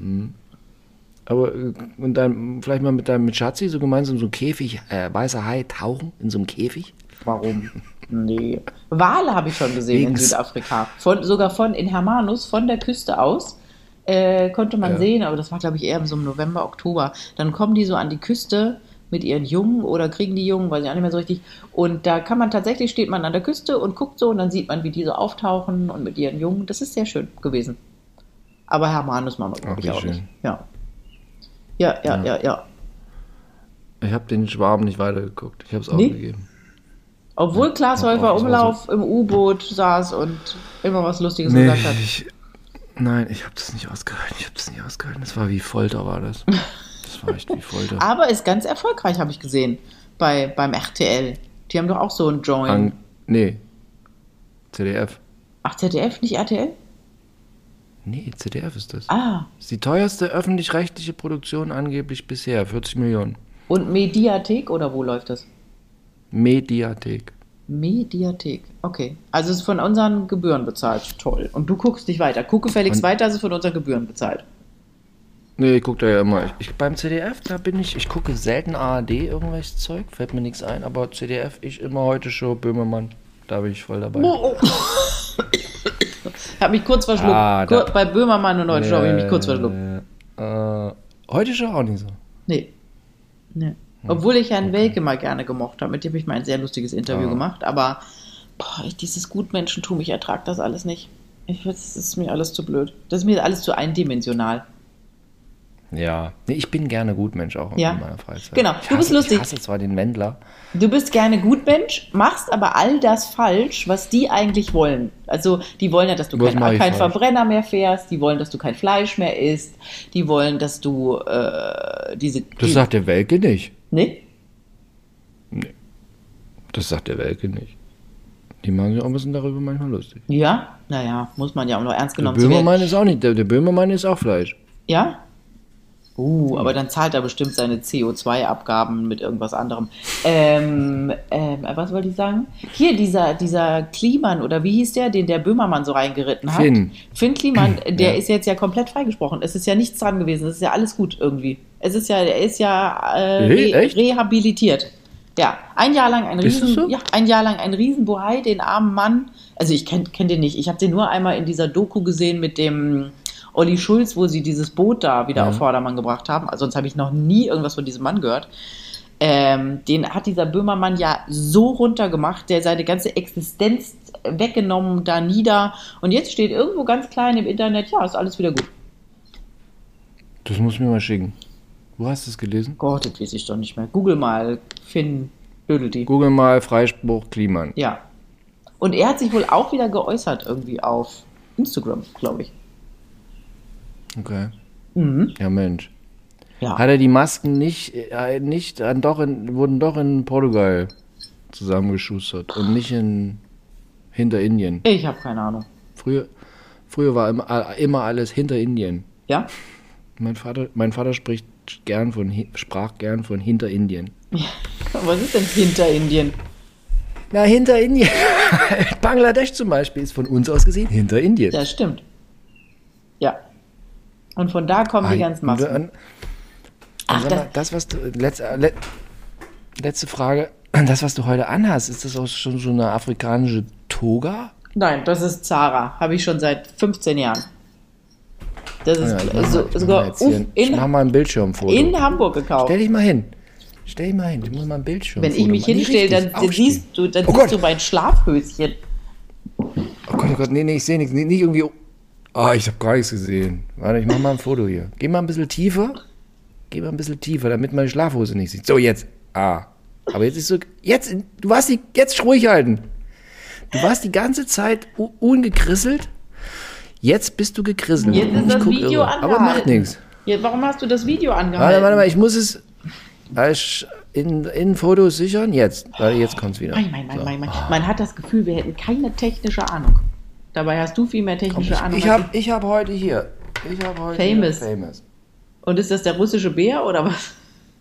[SPEAKER 3] Aber äh, und dann vielleicht mal mit deinem mit Schatzi so gemeinsam so ein Käfig, äh, weißer Hai tauchen in so einem Käfig?
[SPEAKER 1] Warum? Nee. Wale habe ich schon gesehen in
[SPEAKER 3] Wegen's-
[SPEAKER 1] Südafrika. Von, sogar von in Hermanus, von der Küste aus, äh, konnte man
[SPEAKER 3] Ja.
[SPEAKER 1] sehen, aber das war, glaube ich, eher so im November, Oktober. Dann kommen die so an die Küste mit ihren Jungen oder kriegen die Jungen, weiß ich auch nicht mehr so richtig. Und da kann man tatsächlich, steht man an der Küste und guckt so und dann sieht man, wie die so auftauchen und mit ihren Jungen. Das ist sehr schön gewesen. Aber Hermanus machen wir, glaube
[SPEAKER 3] Ach,
[SPEAKER 1] ich,
[SPEAKER 3] wie
[SPEAKER 1] auch
[SPEAKER 3] schön.
[SPEAKER 1] nicht. Ja. Ja, ja, ja, ja. ja.
[SPEAKER 3] Ich habe den Schwaben nicht weitergeguckt. Ich habe es
[SPEAKER 1] Nee?
[SPEAKER 3] aufgegeben.
[SPEAKER 1] Obwohl Klaas
[SPEAKER 3] Ja,
[SPEAKER 1] Häufer
[SPEAKER 3] auch, das war
[SPEAKER 1] Umlauf im U-Boot saß und immer was Lustiges
[SPEAKER 3] Nee,
[SPEAKER 1] gesagt hat.
[SPEAKER 3] ich, nein, ich habe das nicht ausgehalten. Ich habe das nicht ausgehalten. Das war wie Folter, war das. Das war echt wie Folter.
[SPEAKER 1] Aber ist ganz erfolgreich, habe ich gesehen, bei, beim R T L. Die haben doch auch so ein Join.
[SPEAKER 3] An, nee. C D F.
[SPEAKER 1] Ach, Z D F, nicht R T L?
[SPEAKER 3] Nee, C D F ist das.
[SPEAKER 1] Ah,
[SPEAKER 3] Das ist die teuerste öffentlich-rechtliche Produktion angeblich bisher. vierzig Millionen.
[SPEAKER 1] und Mediathek oder wo läuft das?
[SPEAKER 3] Mediathek.
[SPEAKER 1] Mediathek, okay. Also es ist von unseren Gebühren bezahlt. Toll. Und du guckst nicht weiter. Gucke Felix
[SPEAKER 3] Und-
[SPEAKER 1] weiter, es ist von unseren Gebühren bezahlt.
[SPEAKER 3] Nee, ich gucke da ja immer. Ich, beim C D F, da bin ich, ich gucke selten A R D, irgendwelches Zeug, fällt mir nichts ein, aber C D F, ich immer heute Show, Böhmermann, da bin ich voll dabei.
[SPEAKER 1] Oh, oh. Hab mich kurz verschluckt.
[SPEAKER 3] Ah,
[SPEAKER 1] Kur
[SPEAKER 3] da-
[SPEAKER 1] bei Böhmermann und heute habe ich mich kurz verschluckt.
[SPEAKER 3] Äh, heute Show auch nicht so.
[SPEAKER 1] Nee. nee. Obwohl ich Herrn Welke mal gerne gemocht habe. Mit dem habe ich mal ein sehr lustiges Interview
[SPEAKER 3] Ah.
[SPEAKER 1] gemacht. Aber boah, ich, dieses Gutmenschentum, ich ertrage das alles nicht. Ich, das ist mir alles zu blöd. Das ist mir alles zu eindimensional.
[SPEAKER 3] Ja. Nee, ich bin gerne Gutmensch auch
[SPEAKER 1] Ja.
[SPEAKER 3] in meiner Freizeit.
[SPEAKER 1] Genau,
[SPEAKER 3] Ich
[SPEAKER 1] du bist
[SPEAKER 3] hasse,
[SPEAKER 1] lustig.
[SPEAKER 3] Ich hasse zwar den Wendler.
[SPEAKER 1] Du bist gerne Gutmensch, machst aber all das falsch, was die eigentlich wollen. Also die wollen ja, dass du
[SPEAKER 3] Was
[SPEAKER 1] kein,
[SPEAKER 3] mach ich
[SPEAKER 1] kein
[SPEAKER 3] falsch?
[SPEAKER 1] Verbrenner mehr fährst, die wollen, dass du kein Fleisch mehr isst, die wollen, dass du äh, diese...
[SPEAKER 3] Das
[SPEAKER 1] die,
[SPEAKER 3] sagt der Welke nicht.
[SPEAKER 1] nee?
[SPEAKER 3] Nee. Das sagt der Welke nicht. Die machen sich auch ein bisschen darüber manchmal lustig.
[SPEAKER 1] Ja? Naja, muss man ja auch noch ernst
[SPEAKER 3] Der
[SPEAKER 1] genommen zu werden.
[SPEAKER 3] Böhmermann ist auch nicht, der, der Böhmermann ist auch Fleisch.
[SPEAKER 1] Ja? Uh, aber dann zahlt er bestimmt seine C O zwei Abgaben mit irgendwas anderem. Ähm, ähm, was wollte ich sagen? Hier, dieser, dieser Kliman, oder wie hieß der, den der Böhmermann so reingeritten hat?
[SPEAKER 3] Finn.
[SPEAKER 1] Finn Kliman, der
[SPEAKER 3] Ja.
[SPEAKER 1] ist jetzt ja komplett freigesprochen. Es ist ja nichts dran gewesen. Es ist ja alles gut irgendwie. Es ist ja, er ist ja äh,
[SPEAKER 3] Hey,
[SPEAKER 1] re
[SPEAKER 3] echt?
[SPEAKER 1] rehabilitiert. Ja, ein Jahr lang ein
[SPEAKER 3] Ist das
[SPEAKER 1] Riesen,
[SPEAKER 3] so?
[SPEAKER 1] ja, ein Jahr lang ein Riesenbohai, den armen Mann. Also ich kenne kenn den nicht. Ich habe den nur einmal in dieser Doku gesehen mit dem Olli Schulz, wo sie dieses Boot da wieder
[SPEAKER 3] Ja.
[SPEAKER 1] auf Vordermann gebracht haben. Also sonst habe ich noch nie irgendwas von diesem Mann gehört. Ähm, den hat dieser Böhmermann ja so runtergemacht, der seine ganze Existenz weggenommen, da nieder. Und jetzt steht irgendwo ganz klein im Internet, ja, ist alles wieder gut.
[SPEAKER 3] Das muss mir mal schicken. Wo hast du es gelesen?
[SPEAKER 1] Gott, das weiß ich doch nicht mehr. Google mal, Finn Dödelti.
[SPEAKER 3] Google mal Freispruch Kliman.
[SPEAKER 1] Ja. Und er hat sich wohl auch wieder geäußert irgendwie auf Instagram, glaube ich.
[SPEAKER 3] Okay.
[SPEAKER 1] Mhm.
[SPEAKER 3] Ja, Mensch.
[SPEAKER 1] Ja.
[SPEAKER 3] Hat er die Masken nicht, äh, nicht äh, doch in, wurden doch in Portugal zusammengeschustert und nicht in hinter Indien.
[SPEAKER 1] Ich habe keine Ahnung.
[SPEAKER 3] Früher, früher war immer, äh, immer alles hinter Indien.
[SPEAKER 1] Ja?
[SPEAKER 3] Mein Vater, mein Vater spricht gern von, hi- sprach gern von hinter Indien.
[SPEAKER 1] Ja. Was ist denn hinter Indien?
[SPEAKER 3] Na, hinter Indien. Bangladesch zum Beispiel ist von uns aus gesehen hinter Indien.
[SPEAKER 1] Das stimmt. Ja. Und von da kommen die
[SPEAKER 3] Ah,
[SPEAKER 1] ganzen
[SPEAKER 3] und,
[SPEAKER 1] Masken.
[SPEAKER 3] und,
[SPEAKER 1] Ach,
[SPEAKER 3] sag mal, das, was du, letzte, le, letzte Frage, das, was du heute anhast, ist das auch schon so eine afrikanische Toga?
[SPEAKER 1] Nein, das ist Zara. Habe ich schon seit fünfzehn Jahren. Das ist
[SPEAKER 3] Ja, ich mach
[SPEAKER 1] so,
[SPEAKER 3] mal- ich mach
[SPEAKER 1] sogar
[SPEAKER 3] mal jetzt hier-
[SPEAKER 1] uff,
[SPEAKER 3] ich
[SPEAKER 1] in,
[SPEAKER 3] mach mal ein Bildschirmfoto.
[SPEAKER 1] in Hamburg gekauft.
[SPEAKER 3] Stell dich mal hin. Stell dich mal hin. Ich muss mal ein Bildschirmfoto
[SPEAKER 1] Wenn ich mich
[SPEAKER 3] machen. Nee,
[SPEAKER 1] hinstelle, dann,
[SPEAKER 3] richtig,
[SPEAKER 1] dann
[SPEAKER 3] aufstehen.
[SPEAKER 1] siehst du, dann
[SPEAKER 3] Oh
[SPEAKER 1] siehst
[SPEAKER 3] Gott.
[SPEAKER 1] du mein Schlafhöschen.
[SPEAKER 3] Oh Gott, oh Gott, nee, nee, ich sehe nichts. Nee, nicht irgendwie. Ah, ich habe gar nichts gesehen. Warte, ich mach mal ein Foto hier. Geh mal ein bisschen tiefer. Geh mal ein bisschen tiefer, damit meine Schlafhose nicht sieht. So, jetzt. Ah. Aber jetzt ist so. Jetzt, du warst die. Jetzt ruhig halten. Du warst die ganze Zeit u- ungekrisselt. Jetzt bist du gekrisselt.
[SPEAKER 1] Jetzt ist
[SPEAKER 3] Ich
[SPEAKER 1] das
[SPEAKER 3] guck
[SPEAKER 1] Video
[SPEAKER 3] irre.
[SPEAKER 1] angehalten.
[SPEAKER 3] Aber macht nichts.
[SPEAKER 1] Ja, warum hast du das Video angehalten?
[SPEAKER 3] Warte, warte mal, ich muss es als in, in Fotos sichern. Jetzt. Warte, jetzt kommt's wieder.
[SPEAKER 1] Mein, mein, mein, mein, mein. Man hat das Gefühl, wir hätten keine technische Ahnung. Dabei hast du viel mehr technische Ahnung.
[SPEAKER 3] Ich
[SPEAKER 1] als
[SPEAKER 3] habe ich hab heute hier. Ich habe heute
[SPEAKER 1] Famous.
[SPEAKER 3] Hier Famous.
[SPEAKER 1] Und ist das der russische Bär oder was?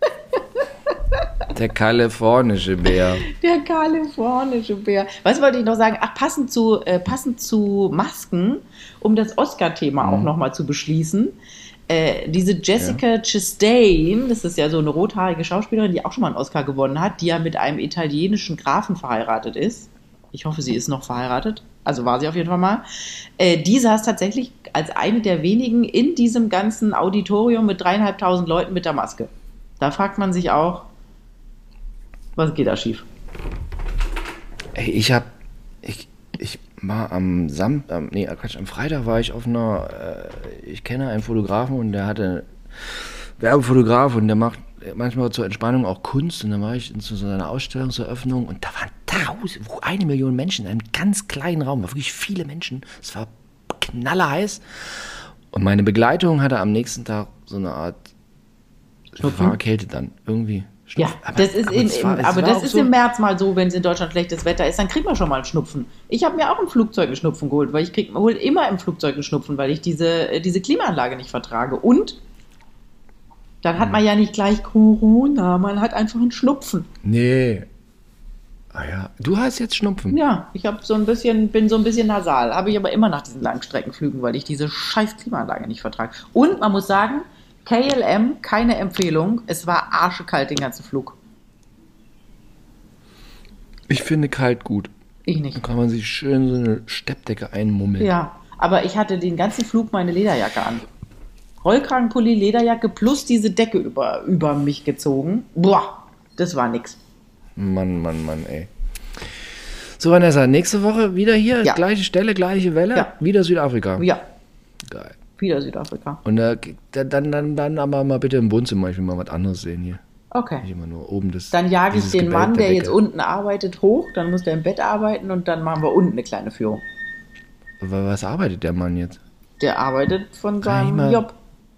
[SPEAKER 3] Der kalifornische Bär.
[SPEAKER 1] Der kalifornische Bär. Was wollte ich noch sagen? Ach, passend zu, äh, passend zu Masken, um das Oscar-Thema auch nochmal zu beschließen. Äh, diese Jessica Chastain, das ist ja so eine rothaarige Schauspielerin, die auch schon mal einen Oscar gewonnen hat, die ja mit einem italienischen Grafen verheiratet ist. Ich hoffe, sie ist noch verheiratet. Also war sie auf jeden Fall mal. Äh, die saß tatsächlich als eine der wenigen in diesem ganzen Auditorium mit dreieinhalbtausend Leuten mit der Maske. Da fragt man sich auch, was geht da schief?
[SPEAKER 3] Ey, ich hab. Ich, ich war am Sam, am, nee, Quatsch, am Freitag war ich auf einer. Äh, ich kenne einen Fotografen und der hatte. Werbefotograf und der macht manchmal zur Entspannung auch Kunst. Und dann war ich in so einer Ausstellungseröffnung und da waren tausend, eine Million Menschen in einem ganz kleinen Raum, war wirklich viele Menschen. Es war knallerheiß. Und meine Begleitung hatte am nächsten Tag so eine Art.
[SPEAKER 1] Schnupfen?
[SPEAKER 3] War erkältet dann, irgendwie.
[SPEAKER 1] Ja,
[SPEAKER 3] Aber-
[SPEAKER 1] das ist,
[SPEAKER 3] aber
[SPEAKER 1] in,
[SPEAKER 3] es war-
[SPEAKER 1] im,
[SPEAKER 3] es
[SPEAKER 1] aber
[SPEAKER 3] war
[SPEAKER 1] das
[SPEAKER 3] auch
[SPEAKER 1] ist
[SPEAKER 3] so-
[SPEAKER 1] im März mal so, wenn es in Deutschland schlechtes Wetter ist, dann kriegt man schon mal einen Schnupfen. Ich habe mir auch im Flugzeug einen Schnupfen geholt, weil ich krieg, hol immer im Flugzeug einen Schnupfen, weil ich diese, äh, diese Klimaanlage nicht vertrage. Und dann hat man ja nicht gleich Corona, man hat einfach einen Schnupfen.
[SPEAKER 3] Nee. Ah ja, du hast jetzt Schnupfen.
[SPEAKER 1] Ja, ich habe so ein bisschen, bin so ein bisschen nasal, habe ich aber immer nach diesen Langstreckenflügen, weil ich diese scheiß Klimaanlage nicht vertrage. Und man muss sagen, K L M, keine Empfehlung, es war arschekalt den ganzen Flug.
[SPEAKER 3] Ich finde kalt gut.
[SPEAKER 1] Ich
[SPEAKER 3] Da
[SPEAKER 1] nicht.
[SPEAKER 3] kann man sich schön so eine Steppdecke einmummeln.
[SPEAKER 1] Ja, aber ich hatte den ganzen Flug meine Lederjacke an. Rollkragenpulli, Lederjacke plus diese Decke über, über mich gezogen. Boah, das war nix.
[SPEAKER 3] Mann, Mann, Mann, ey. So, Vanessa, nächste Woche wieder hier,
[SPEAKER 1] Ja.
[SPEAKER 3] gleiche Stelle, gleiche Welle,
[SPEAKER 1] Ja.
[SPEAKER 3] wieder Südafrika.
[SPEAKER 1] Ja,
[SPEAKER 3] Geil.
[SPEAKER 1] wieder Südafrika.
[SPEAKER 3] Und äh, dann, dann, dann aber mal bitte im Wohnzimmer, ich will mal was anderes sehen hier.
[SPEAKER 1] Okay.
[SPEAKER 3] Nicht immer nur oben das.
[SPEAKER 1] Dann jage ich
[SPEAKER 3] dieses
[SPEAKER 1] den
[SPEAKER 3] Gebälk
[SPEAKER 1] Mann, der
[SPEAKER 3] Decke.
[SPEAKER 1] jetzt unten arbeitet, hoch. Dann muss der im Bett arbeiten und dann machen wir unten eine kleine Führung.
[SPEAKER 3] Aber was arbeitet der Mann jetzt?
[SPEAKER 1] Der arbeitet von
[SPEAKER 3] Kann ich
[SPEAKER 1] seinem
[SPEAKER 3] mal-
[SPEAKER 1] Job.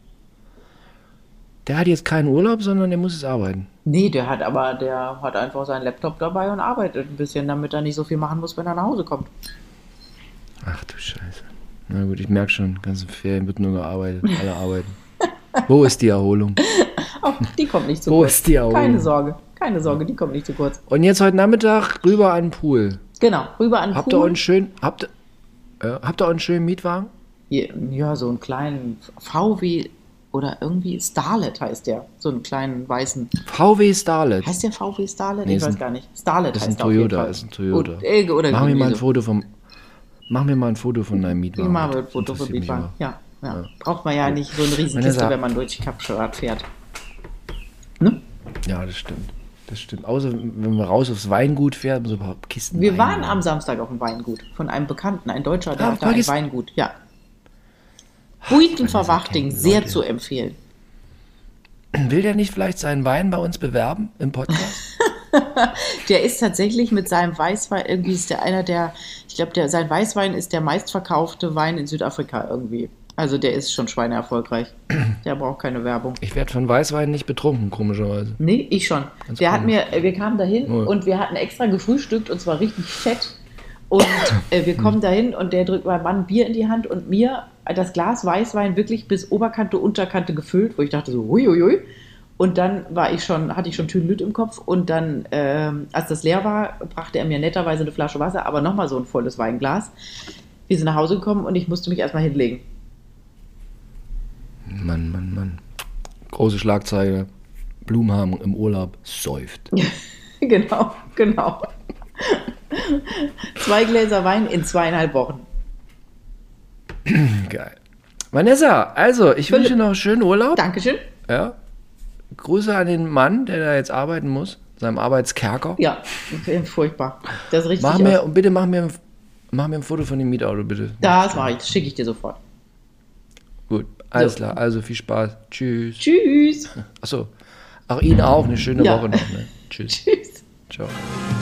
[SPEAKER 3] Der hat jetzt keinen Urlaub, sondern der muss jetzt arbeiten.
[SPEAKER 1] Nee, der hat aber, der hat einfach seinen Laptop dabei und arbeitet ein bisschen, damit er nicht so viel machen muss, wenn er nach Hause kommt.
[SPEAKER 3] Ach du Scheiße. Na gut, ich merke schon, ganzen Ferien wird nur gearbeitet, alle arbeiten. Wo ist die Erholung?
[SPEAKER 1] Oh, die kommt nicht zu
[SPEAKER 3] Wo
[SPEAKER 1] kurz.
[SPEAKER 3] ist die Erholung?
[SPEAKER 1] Keine Sorge, keine Sorge, die kommt nicht zu kurz.
[SPEAKER 3] Und jetzt heute Nachmittag rüber an den Pool.
[SPEAKER 1] Genau, rüber an den
[SPEAKER 3] Habt ihr
[SPEAKER 1] Pool.
[SPEAKER 3] euch schön, habt, äh, habt ihr euch einen schönen Mietwagen?
[SPEAKER 1] Ja, so einen kleinen V W oder irgendwie Starlet heißt der. So einen kleinen weißen.
[SPEAKER 3] V W Starlet.
[SPEAKER 1] Heißt der V W Starlet?
[SPEAKER 3] Nee,
[SPEAKER 1] ich
[SPEAKER 3] ist
[SPEAKER 1] weiß
[SPEAKER 3] ein-
[SPEAKER 1] gar nicht. Starlet
[SPEAKER 3] ist ein
[SPEAKER 1] heißt er auf jeden
[SPEAKER 3] Toyota,
[SPEAKER 1] Fall.
[SPEAKER 3] ist ein Toyota.
[SPEAKER 1] Und, äh, oder
[SPEAKER 3] Mach mir
[SPEAKER 1] irgendwie
[SPEAKER 3] mal ein
[SPEAKER 1] so.
[SPEAKER 3] Foto vom, mach mir mal ein Foto von deinem Mietwagen.
[SPEAKER 1] Ich mache ein
[SPEAKER 3] Das
[SPEAKER 1] Foto von
[SPEAKER 3] interessiert mich
[SPEAKER 1] Mietwagen.
[SPEAKER 3] immer.
[SPEAKER 1] Ja, ja,
[SPEAKER 3] Ja.
[SPEAKER 1] braucht man ja nicht so eine Riesenkiste,
[SPEAKER 3] Vanessa.
[SPEAKER 1] wenn man durch Kapstadt fährt. Ne?
[SPEAKER 3] Ja, das stimmt. Das stimmt. Außer wenn wir raus aufs Weingut fährt, so ein paar Kisten.
[SPEAKER 1] Wir
[SPEAKER 3] Wein
[SPEAKER 1] waren
[SPEAKER 3] haben.
[SPEAKER 1] am Samstag auf dem Weingut von einem Bekannten, ein Deutscher, der
[SPEAKER 3] Ah,
[SPEAKER 1] hat da ein
[SPEAKER 3] vergiss-
[SPEAKER 1] Weingut. Ja. Buitenverwachting,
[SPEAKER 3] Vanessa kennt
[SPEAKER 1] sehr
[SPEAKER 3] Leute.
[SPEAKER 1] zu empfehlen.
[SPEAKER 3] Will der nicht vielleicht seinen Wein bei uns bewerben im Podcast?
[SPEAKER 1] Der ist tatsächlich mit seinem Weißwein, irgendwie ist der einer der, ich glaube, der, sein Weißwein ist der meistverkaufte Wein in Südafrika irgendwie. Also der ist schon schweineerfolgreich. Der braucht keine Werbung.
[SPEAKER 3] Ich werde von Weißwein nicht betrunken, komischerweise.
[SPEAKER 1] Nee, ich schon.
[SPEAKER 3] Ganz
[SPEAKER 1] Der hat
[SPEAKER 3] komisch.
[SPEAKER 1] mir, wir kamen dahin
[SPEAKER 3] Oh.
[SPEAKER 1] und wir hatten extra gefrühstückt und zwar richtig fett. Und äh, wir kommen dahin und der drückt meinem Mann Bier in die Hand und mir das Glas Weißwein wirklich bis Oberkante, Unterkante gefüllt, wo ich dachte so, huiuiui. Und dann war ich schon, hatte ich schon Tüdelüt im Kopf und dann, ähm, als das leer war, brachte er mir netterweise eine Flasche Wasser, aber nochmal so ein volles Weinglas. Wir sind nach Hause gekommen und ich musste mich erstmal hinlegen.
[SPEAKER 3] Mann, Mann, Mann. Große Schlagzeile. Blumhagen im Urlaub säuft.
[SPEAKER 1] Genau, genau. Zwei Gläser Wein in zweieinhalb Wochen.
[SPEAKER 3] Geil. Vanessa, also, ich wünsche dir noch einen schönen Urlaub.
[SPEAKER 1] Dankeschön.
[SPEAKER 3] Ja. Grüße an den Mann, der da jetzt arbeiten muss, seinem Arbeitskerker.
[SPEAKER 1] Ja, furchtbar. Das ist richtig.
[SPEAKER 3] Mach mir, und bitte mach mir, mach mir ein Foto von dem Mietauto, bitte.
[SPEAKER 1] Das mache ich, das schicke ich dir sofort.
[SPEAKER 3] Gut, alles
[SPEAKER 1] So.
[SPEAKER 3] klar. Also viel Spaß. Tschüss.
[SPEAKER 1] Tschüss.
[SPEAKER 3] Achso. Auch Ihnen auch eine schöne
[SPEAKER 1] Ja.
[SPEAKER 3] Woche noch. Ne? Tschüss.
[SPEAKER 1] Tschüss.
[SPEAKER 3] Ciao.